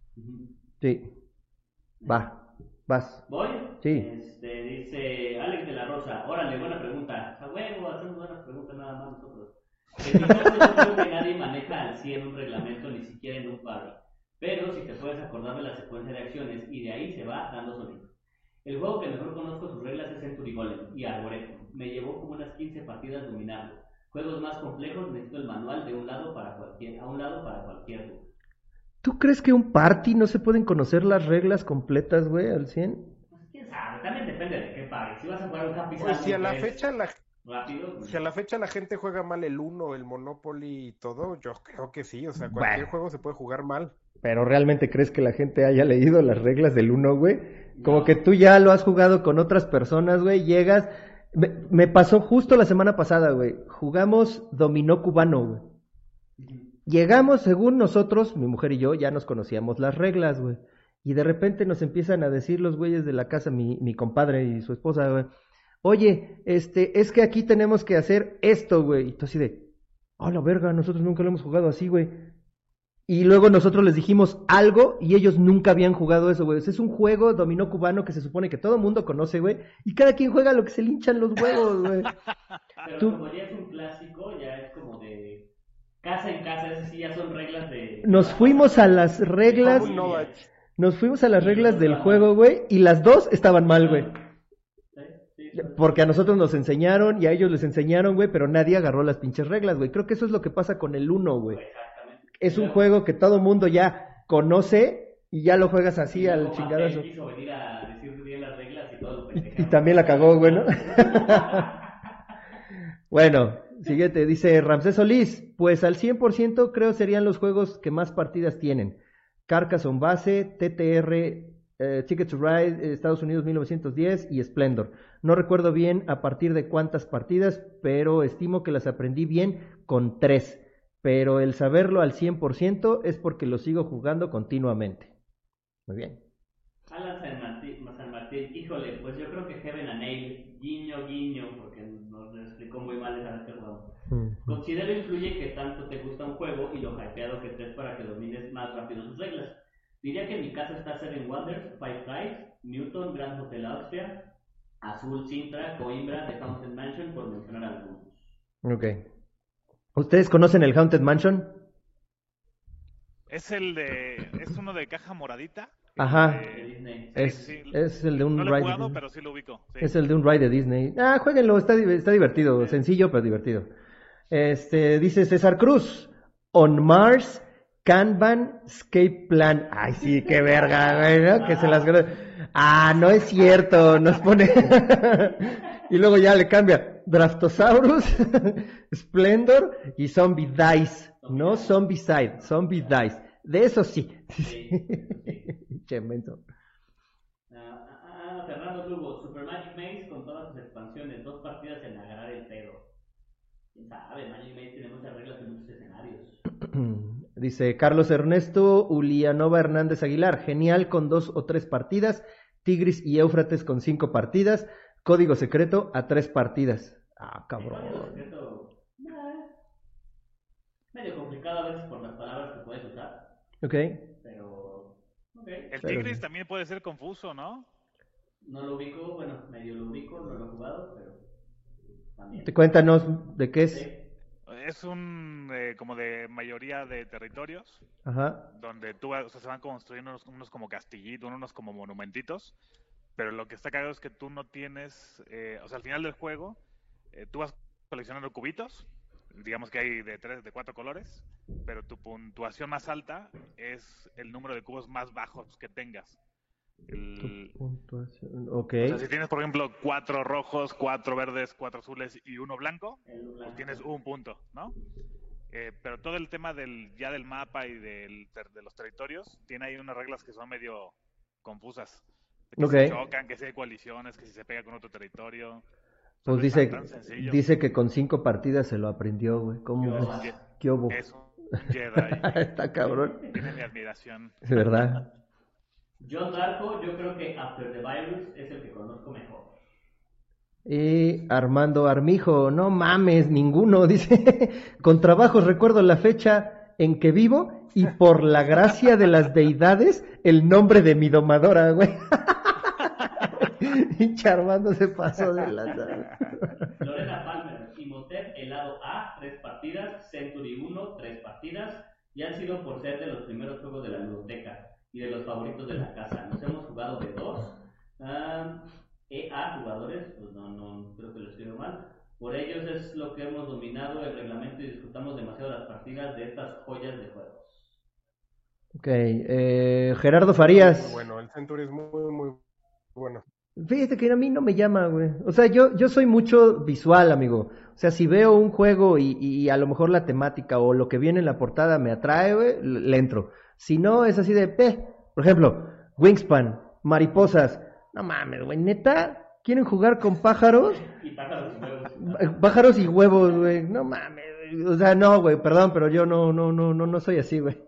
Sí. Va. Vas. ¿Voy? Sí. Dice Alex de la Rosa, órale, buena pregunta. A huevo, hacemos buenas preguntas nada más nosotros. En mi caso yo creo que nadie maneja al 100 un reglamento, ni siquiera en un party. Pero si te puedes acordar de la secuencia de acciones y de ahí se va dando sonido. El juego que mejor conozco sus reglas es Century Golem y Arboretum. Me llevó como unas 15 partidas dominarlo. Juegos más complejos necesito el manual de un lado para cualquier juego. ¿Tú crees que un party no se pueden conocer las reglas completas, güey, al 100? Pues quién sabe, también depende de qué party. Si vas a jugar un Happy Pues si a la Salmon, fecha rápido. si a la fecha la gente juega mal el Uno, el Monopoly y todo, yo creo que sí, o sea, Bueno. cualquier juego se puede jugar mal. ¿Pero realmente crees que la gente haya leído las reglas del 1, güey? Como No. que tú ya lo has jugado con otras personas, güey, llegas... Me pasó justo la semana pasada, güey. Jugamos dominó cubano, güey. Llegamos, según nosotros, mi mujer y yo, ya nos conocíamos las reglas, güey. Y de repente nos empiezan a decir los güeyes de la casa, mi compadre y su esposa, güey. Oye, es que aquí tenemos que hacer esto, güey. Y tú así de, la verga, nosotros nunca lo hemos jugado así, güey. Y luego nosotros les dijimos algo y ellos nunca habían jugado eso, güey. O sea, es un juego dominó cubano que se supone que todo el mundo conoce, güey. Y cada quien juega lo que se le hinchan los huevos, güey. Pero como ya es un clásico, ya es como de casa en casa, esas sí ya son reglas de... Nos fuimos a las reglas... Common knowledge. Nos fuimos a las reglas del juego, güey. Y las dos estaban mal, güey. Porque a nosotros nos enseñaron y a ellos les enseñaron, güey. Pero nadie agarró las pinches reglas, güey. Creo que eso es lo que pasa con el 1, güey. Es un juego que todo mundo ya conoce y ya lo juegas así al chingadazo. Quiso venir a decir bien las reglas y todo lo Y también la cagó, güey, ¿no? Bueno, siguiente, dice Ramsés Solís, pues al 100% creo serían los juegos que más partidas tienen. Carcassonne Base, TTR, Ticket to Ride, Estados Unidos 1910 y Splendor. No recuerdo bien a partir de cuántas partidas, pero estimo que las aprendí bien con 3. Pero el saberlo al 100% es porque lo sigo jugando continuamente. Muy bien. Alan San Martín, híjole, pues yo creo que Heaven and Nail, guiño, guiño, porque nos lo explicó muy mal esa vez que jugamos. Considero influye que tanto te gusta un juego y lo hypeado que estés para que domines más rápido sus reglas. Diría que en mi caso está Seven Wonders, Five Guys, Newton, Grand Hotel Austria, Azul, Sintra, Coimbra, The Haunted Mansion, por mencionar algunos. Ok. ¿Ustedes conocen el Haunted Mansion? Es uno de caja moradita. Ajá. De Disney. Es el de un No lo he ride. jugado, pero sí lo ubico. Sí. Es el de un ride de Disney. Jueguenlo, está divertido, sencillo pero divertido. Dice César Cruz, On Mars, Kanban, Escape Plan. Ay, sí, qué verga, güey, ¿no? Que se las... no es cierto, nos pone... Y luego ya le cambia Draftosaurus, Splendor y Zombie Dice. No Zombicide, Zombie Dice. De eso sí. Che, menso. Fernando Lugo, Super Magic Maze con todas sus expansiones, 2 partidas en agarrar el pedo. ¿Quién sabe? Magic Maze tiene muchas reglas en muchos escenarios. Dice Carlos Ernesto Ulianova Hernández Aguilar, genial con 2 o 3 partidas, Tigris y Éufrates con 5 partidas, Código Secreto a 3 partidas. Cabrón. Código Secreto, medio complicado a veces por las palabras que puedes usar. Ok. Pero, El Tigris también puede ser confuso, ¿no? No lo ubico, bueno, medio lo ubico, no lo he jugado, pero también. Cuéntanos de qué es. Sí. Es como de mayoría de territorios, Ajá. donde se van construyendo unos como castillitos, unos como monumentitos, pero lo que está cagado es que tú no tienes, al final del juego, tú vas coleccionando cubitos digamos que hay de 4 colores, pero tu puntuación más alta es el número de cubos más bajos que tengas. Ok. O sea, si tienes, por ejemplo, 4 rojos, 4 verdes, 4 azules y 1 blanco, pues tienes un punto, ¿no? Pero todo el tema del mapa y de los territorios tiene ahí unas reglas que son medio confusas. Que Ok. se chocan, que si hay coaliciones, que si se pega con otro territorio. O sea, Pues no dice, es tan sencillo. dice que con 5 partidas se lo aprendió, güey. ¿Cómo ves? ¿Qué hubo? Es un Jedi. Está cabrón. Tiene mi admiración. Es verdad. John Darko, yo creo que After the Virus es el que conozco mejor. Y Armando Armijo, no mames, ninguno, dice, con trabajos recuerdo la fecha en que vivo y por la gracia de las deidades, el nombre de mi domadora, güey. Y Armando se pasó de lanza. Lorena Palmer, Imhotep, helado A, 3 partidas, Century 1, 3 partidas, y han sido por ser de los primeros juegos de la ludoteca y de los favoritos de la casa. Nos hemos jugado de 2. EA jugadores, pues no creo que lo escribo mal. Por ellos es lo que hemos dominado el reglamento y disfrutamos demasiado las partidas de estas joyas de juegos. Ok, Gerardo Farías. Muy bueno, el Century es muy, muy bueno. Fíjate que a mí no me llama, güey. O sea, yo soy mucho visual, amigo. O sea, si veo un juego y a lo mejor la temática o lo que viene en la portada me atrae, güey, le entro. Si no, es así de, por ejemplo, Wingspan, mariposas. No mames, güey, neta, ¿quieren jugar con pájaros? Y pájaros y huevos. Pájaros y huevos, güey. No mames, güey. O sea, no, güey, perdón, pero yo no soy así, güey.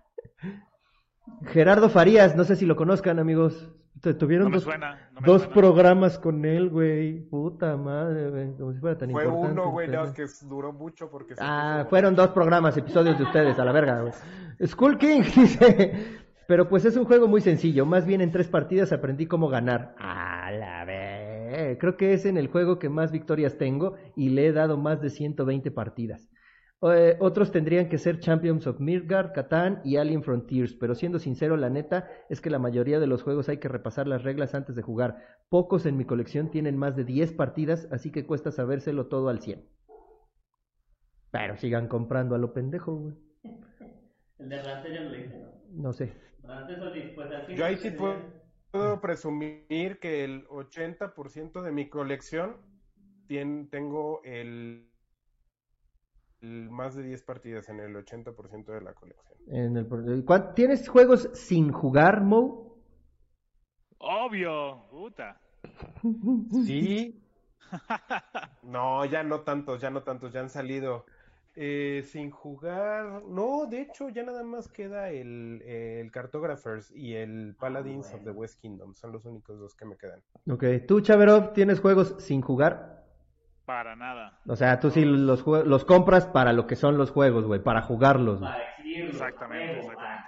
Gerardo Farías, no sé si lo conozcan, amigos. Tuvieron No me dos, suena, no me dos suena. programas con él, güey. Puta madre, güey. Como si fuera tan Fue importante. uno, güey, el tema. no, que duró mucho porque se puso Fueron 2 programas, episodios de ustedes, a la verga, güey. Skull King dice, pero pues es un juego muy sencillo, más bien en 3 partidas aprendí cómo ganar. A la vez. Creo que es en el juego que más victorias tengo y le he dado más de 120 partidas. Otros tendrían que ser Champions of Midgard, Catán y Alien Frontiers, pero siendo sincero, la neta es que la mayoría de los juegos hay que repasar las reglas antes de jugar. Pocos en mi colección tienen más de 10 partidas, así que cuesta sabérselo todo al 100. Pero sigan comprando a lo pendejo, güey. El de Rancés ya no le hice, ¿no? No sé. Rancés Solís, pues así. Yo ahí sí puedo presumir que el 80% de mi colección tengo el más de 10 partidas en el 80% de la colección. ¿Tienes juegos sin jugar, Mo? Obvio, puta. Sí. No, ya no tantos, ya han salido. Sin jugar, no, de hecho ya nada más queda el Cartographers y el Paladins of the West Kingdom, son los únicos 2 que me quedan. Ok, tú, Chaverov, ¿tienes juegos sin jugar? Para nada. O sea, tú sí los compras para lo que son los juegos, güey, para jugarlos, güey. Para exhibirlos. Exactamente.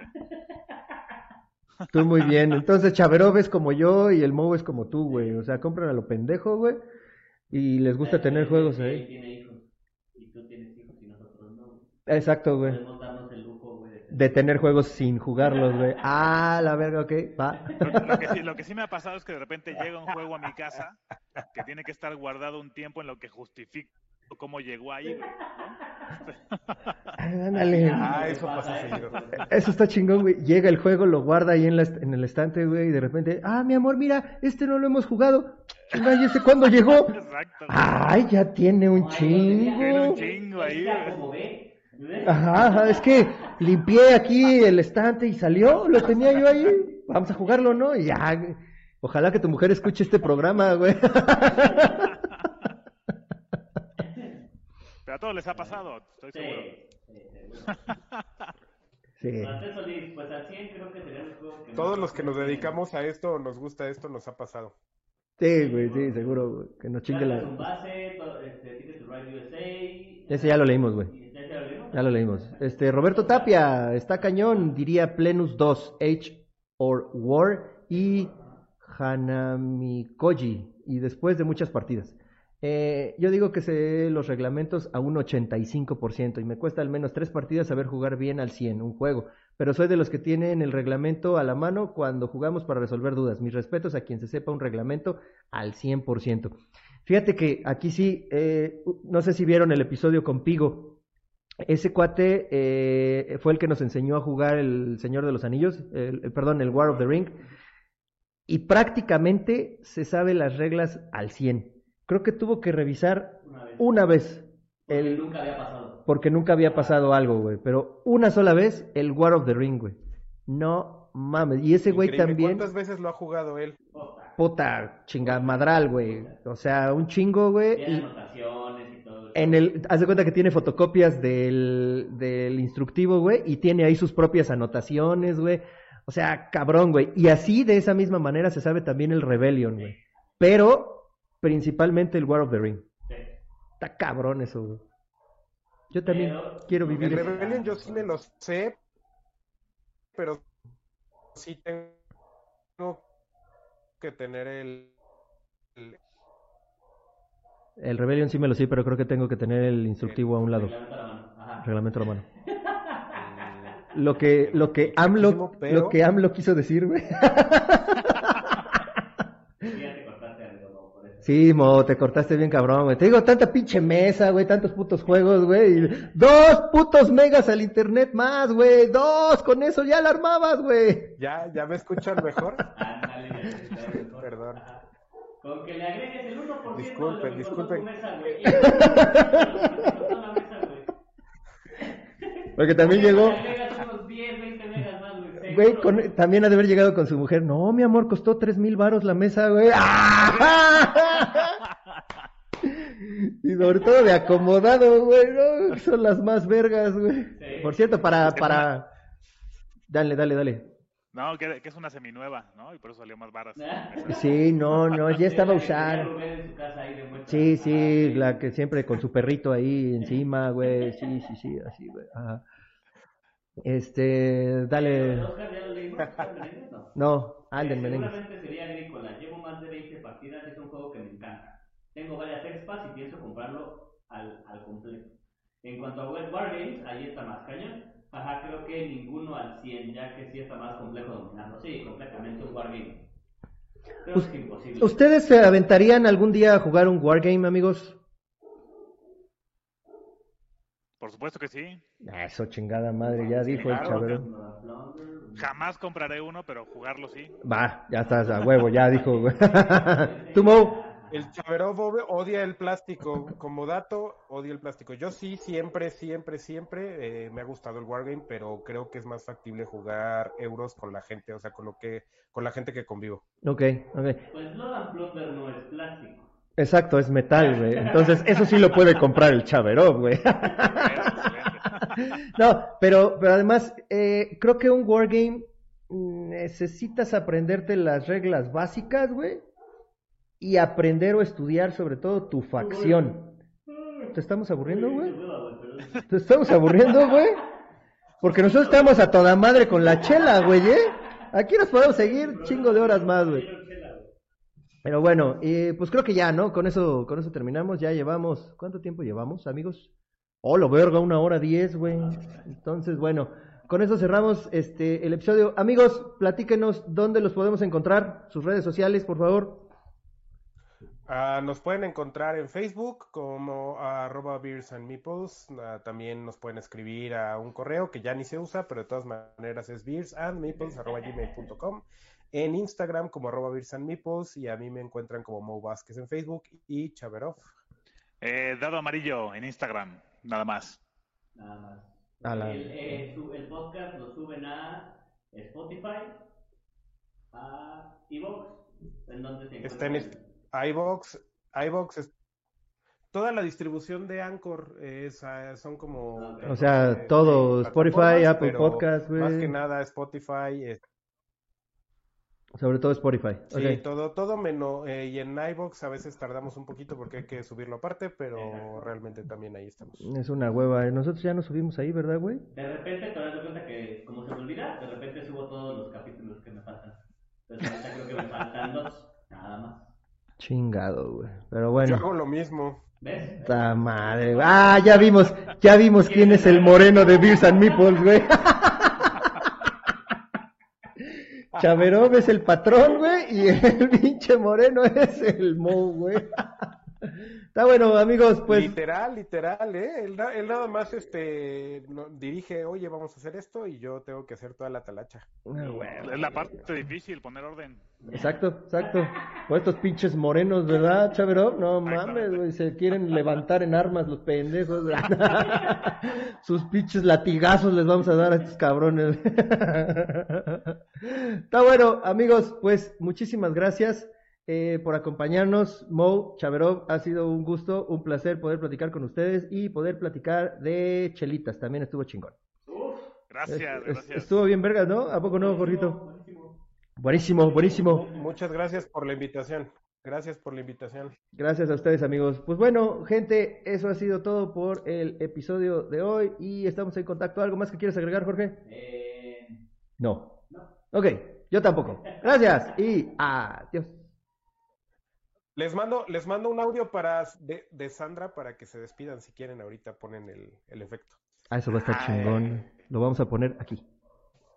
Tú muy bien. Entonces, Chaverov es como yo y el Mo es como tú, güey. O sea, compran a lo pendejo, güey, y les gusta tener juegos ahí. Tiene hijos. Y tú tienes hijos y nosotros no. Exacto, güey. Podemos darnos el lujo, güey, De tener juegos sin jugarlos, güey. La verga, ok, va. Lo que sí me ha pasado es que de repente llega un juego a mi casa que tiene que estar guardado un tiempo en lo que justifico cómo llegó ahí, güey, ¿no? Ándale. Eso pasa seguido. Eso está chingón, güey. Llega el juego, lo guarda ahí en el estante, güey, y de repente, mi amor, mira, este no lo hemos jugado. Chinga, ¿y este cuándo llegó? Exacto. Ay, ya tiene un Tiene chingo. un chingo ahí, Como güey. ve. Ajá, es que limpié aquí el estante y salió, lo tenía yo ahí. Vamos a jugarlo, ¿no? Y ya. Ojalá que tu mujer escuche este programa, güey. Pero a todos les ha pasado, estoy seguro. Sí. Rancés Solís, pues al 100 creo que sería el juego que Todos más los que nos dedicamos a esto o nos gusta esto nos ha pasado. Sí, güey, sí, seguro, güey, que nos chingue Cartas un la... base, Tickets to Ride USA. Ese ya lo leímos, güey. ¿Ese ya lo leímos? Ya lo leímos. Roberto Tapia, está cañón, diría Plenus 2, Age or War y Hanamikoji, y después de muchas partidas. Yo digo que sé los reglamentos a un 85% y me cuesta al menos 3 partidas saber jugar bien al 100 un juego, pero soy de los que tienen el reglamento a la mano cuando jugamos para resolver dudas. Mis respetos a quien se sepa un reglamento al 100%. Fíjate que aquí sí, no sé si vieron el episodio con Pigo. Ese cuate fue el que nos enseñó a jugar el Señor de los Anillos, perdón, el War of the Ring, y prácticamente se sabe las reglas al 100. Creo que tuvo que revisar una vez. Nunca había pasado. Porque nunca había pasado algo, güey. Pero una sola vez, el War of the Ring, güey. No mames. Y ese güey Increíble. también. ¿Cuántas veces lo ha jugado él? Puta, chingamadral, güey. O sea, un chingo, güey. Tiene anotaciones y todo. Haz de cuenta que tiene fotocopias del instructivo, güey. Y tiene ahí sus propias anotaciones, güey. O sea, cabrón, güey. Y así, de esa misma manera, se sabe también el Rebellion, güey. Pero, principalmente el War of the Ring. Sí. Está cabrón eso, güey. Yo también quiero vivir El eso. Rebellion yo sí me lo sé, pero sí tengo que tener El Rebellion sí me lo sé, pero creo que tengo que tener el instructivo a un lado. Reglamento a la mano. Ajá. Reglamento a la mano. Lo que AMLO quiso decir, güey. Ya te cortaste algo por eso. Sí, Mo, te cortaste bien cabrón, güey. Te digo, tanta pinche mesa, güey, tantos putos juegos, güey. Y 2 putos megas al internet más, güey. 2, con eso ya la armabas, güey. ¿Ya me escuchan mejor? Ándale, ya te escuchaba mejor. Perdón. Ajá. Con que le agregues el 1% Disculpen, de lo que costó tu disculpen. mesa, güey. Y lo que costó la mesa, güey. Porque también Le llegó, agregas unos 10, 20 megas más, güey. güey, Seguro. también ha de haber llegado con su mujer. No, mi amor, costó 3,000 varos la mesa, güey. Y sobre todo de acomodado, güey, ¿no? Son las más vergas, güey. Sí. Por cierto, para... Dale. No, que es una seminueva, ¿no? Y por eso salió más baras. Sí, no, ya estaba Ya usada. Rubén en su casa ahí demuestra. Sí, la que siempre con su perrito ahí encima, güey. Sí, así, güey. Ajá. Dale. Oscar, ¿ya lo leímos? ¿Oscar Menéndez? No. No, Alden Menéndez. Seguramente sería agrícola. Llevo más de 20 partidas y es un juego que me encanta. Tengo varias expas y pienso comprarlo al completo. En cuanto a Wargames, ahí está más cañón. Ajá, creo que ninguno al 100, ya que sí está más complejo dominarlo. Sí, completamente un Wargame. Creo que es imposible. ¿Ustedes se aventarían algún día a jugar un Wargame, amigos? Por supuesto que sí. Eso, chingada madre, ya dijo el claro, chavero. Jamás compraré uno, pero jugarlo sí. Va, ya estás a huevo, ya dijo, güey. ¿Tú, Mo? El Chaverov odia el plástico. Como dato, odia el plástico. Yo sí, siempre me ha gustado el Wargame, pero creo que es más factible jugar euros con la gente, o sea, con la gente que convivo. Ok. Pues Logan Plunder no es plástico. Exacto, es metal, güey. Entonces, eso sí lo puede comprar el Chaverov, güey. No, pero además, creo que un Wargame necesitas aprenderte las reglas básicas, güey, y aprender o estudiar sobre todo tu facción. ¿Te estamos aburriendo, güey? ¿Te estamos aburriendo, güey? Porque nosotros estamos a toda madre con la chela, güey, ¿eh? Aquí nos podemos seguir chingo de horas más, güey. Pero bueno, pues creo que ya, ¿no? Con eso terminamos. Ya llevamos... ¿Cuánto tiempo llevamos, amigos? Oh, lo verga, 1:10, güey. Entonces, bueno, con eso cerramos el episodio. Amigos, platíquenos dónde los podemos encontrar, sus redes sociales, por favor. Nos pueden encontrar en Facebook como @beersandmeeples. También nos pueden escribir a un correo que ya ni se usa, pero de todas maneras es beersandmeeples@gmail.com. En Instagram como @beersandmeeples, y a mí me encuentran como Mo Vázquez en Facebook y Chaverov. Dado amarillo en Instagram, nada más. Nada más. El podcast lo suben a Spotify, a iVoox. ¿En dónde se encuentra? Está en iVoox. Toda la distribución de Anchor son como... O sea, todo, Spotify, Apple Podcast, güey. Más que nada Spotify. Sobre todo Spotify. Sí, Okay. todo menos. Y en iVoox a veces tardamos un poquito porque hay que subirlo aparte, pero realmente también ahí estamos. Es una hueva. Nosotros ya nos subimos ahí, ¿verdad, güey? De repente te das cuenta que, como se me olvida, de repente subo todos los capítulos que me faltan. Entonces ahorita creo que me faltan 2, nada más. Chingado, güey. Pero bueno. Yo hago lo mismo. ¿Ves? ¡Ta madre! Ah, ya vimos quién es el moreno de Beers and Meeples, güey. Chaverov es el patrón, güey, y el pinche moreno es el Mo, güey. Está bueno, amigos, pues. Literal, él nada más dirige, oye, vamos a hacer esto y yo tengo que hacer toda la talacha. Es la parte difícil, poner orden. Exacto. Pues estos pinches morenos, ¿verdad, Chaverov? No mames, güey, se quieren levantar en armas los pendejos. Sus pinches latigazos les vamos a dar a estos cabrones. Está bueno, amigos, pues muchísimas gracias por acompañarnos. Mo, Chaverov, ha sido un gusto, un placer poder platicar con ustedes y poder platicar de chelitas, también estuvo chingón. Gracias. Estuvo bien vergas, ¿no? ¿A poco no, Jorgito? Buenísimo. Muchas gracias por la invitación. Gracias Gracias a ustedes, amigos. Pues bueno, gente, eso ha sido todo por el episodio de hoy y estamos en contacto. ¿Algo más que quieras agregar, Jorge? No. Ok, yo tampoco. Gracias y adiós. Les mando un audio de Sandra para que se despidan si quieren. Ahorita ponen el efecto. Eso va a estar chingón. Lo vamos a poner aquí.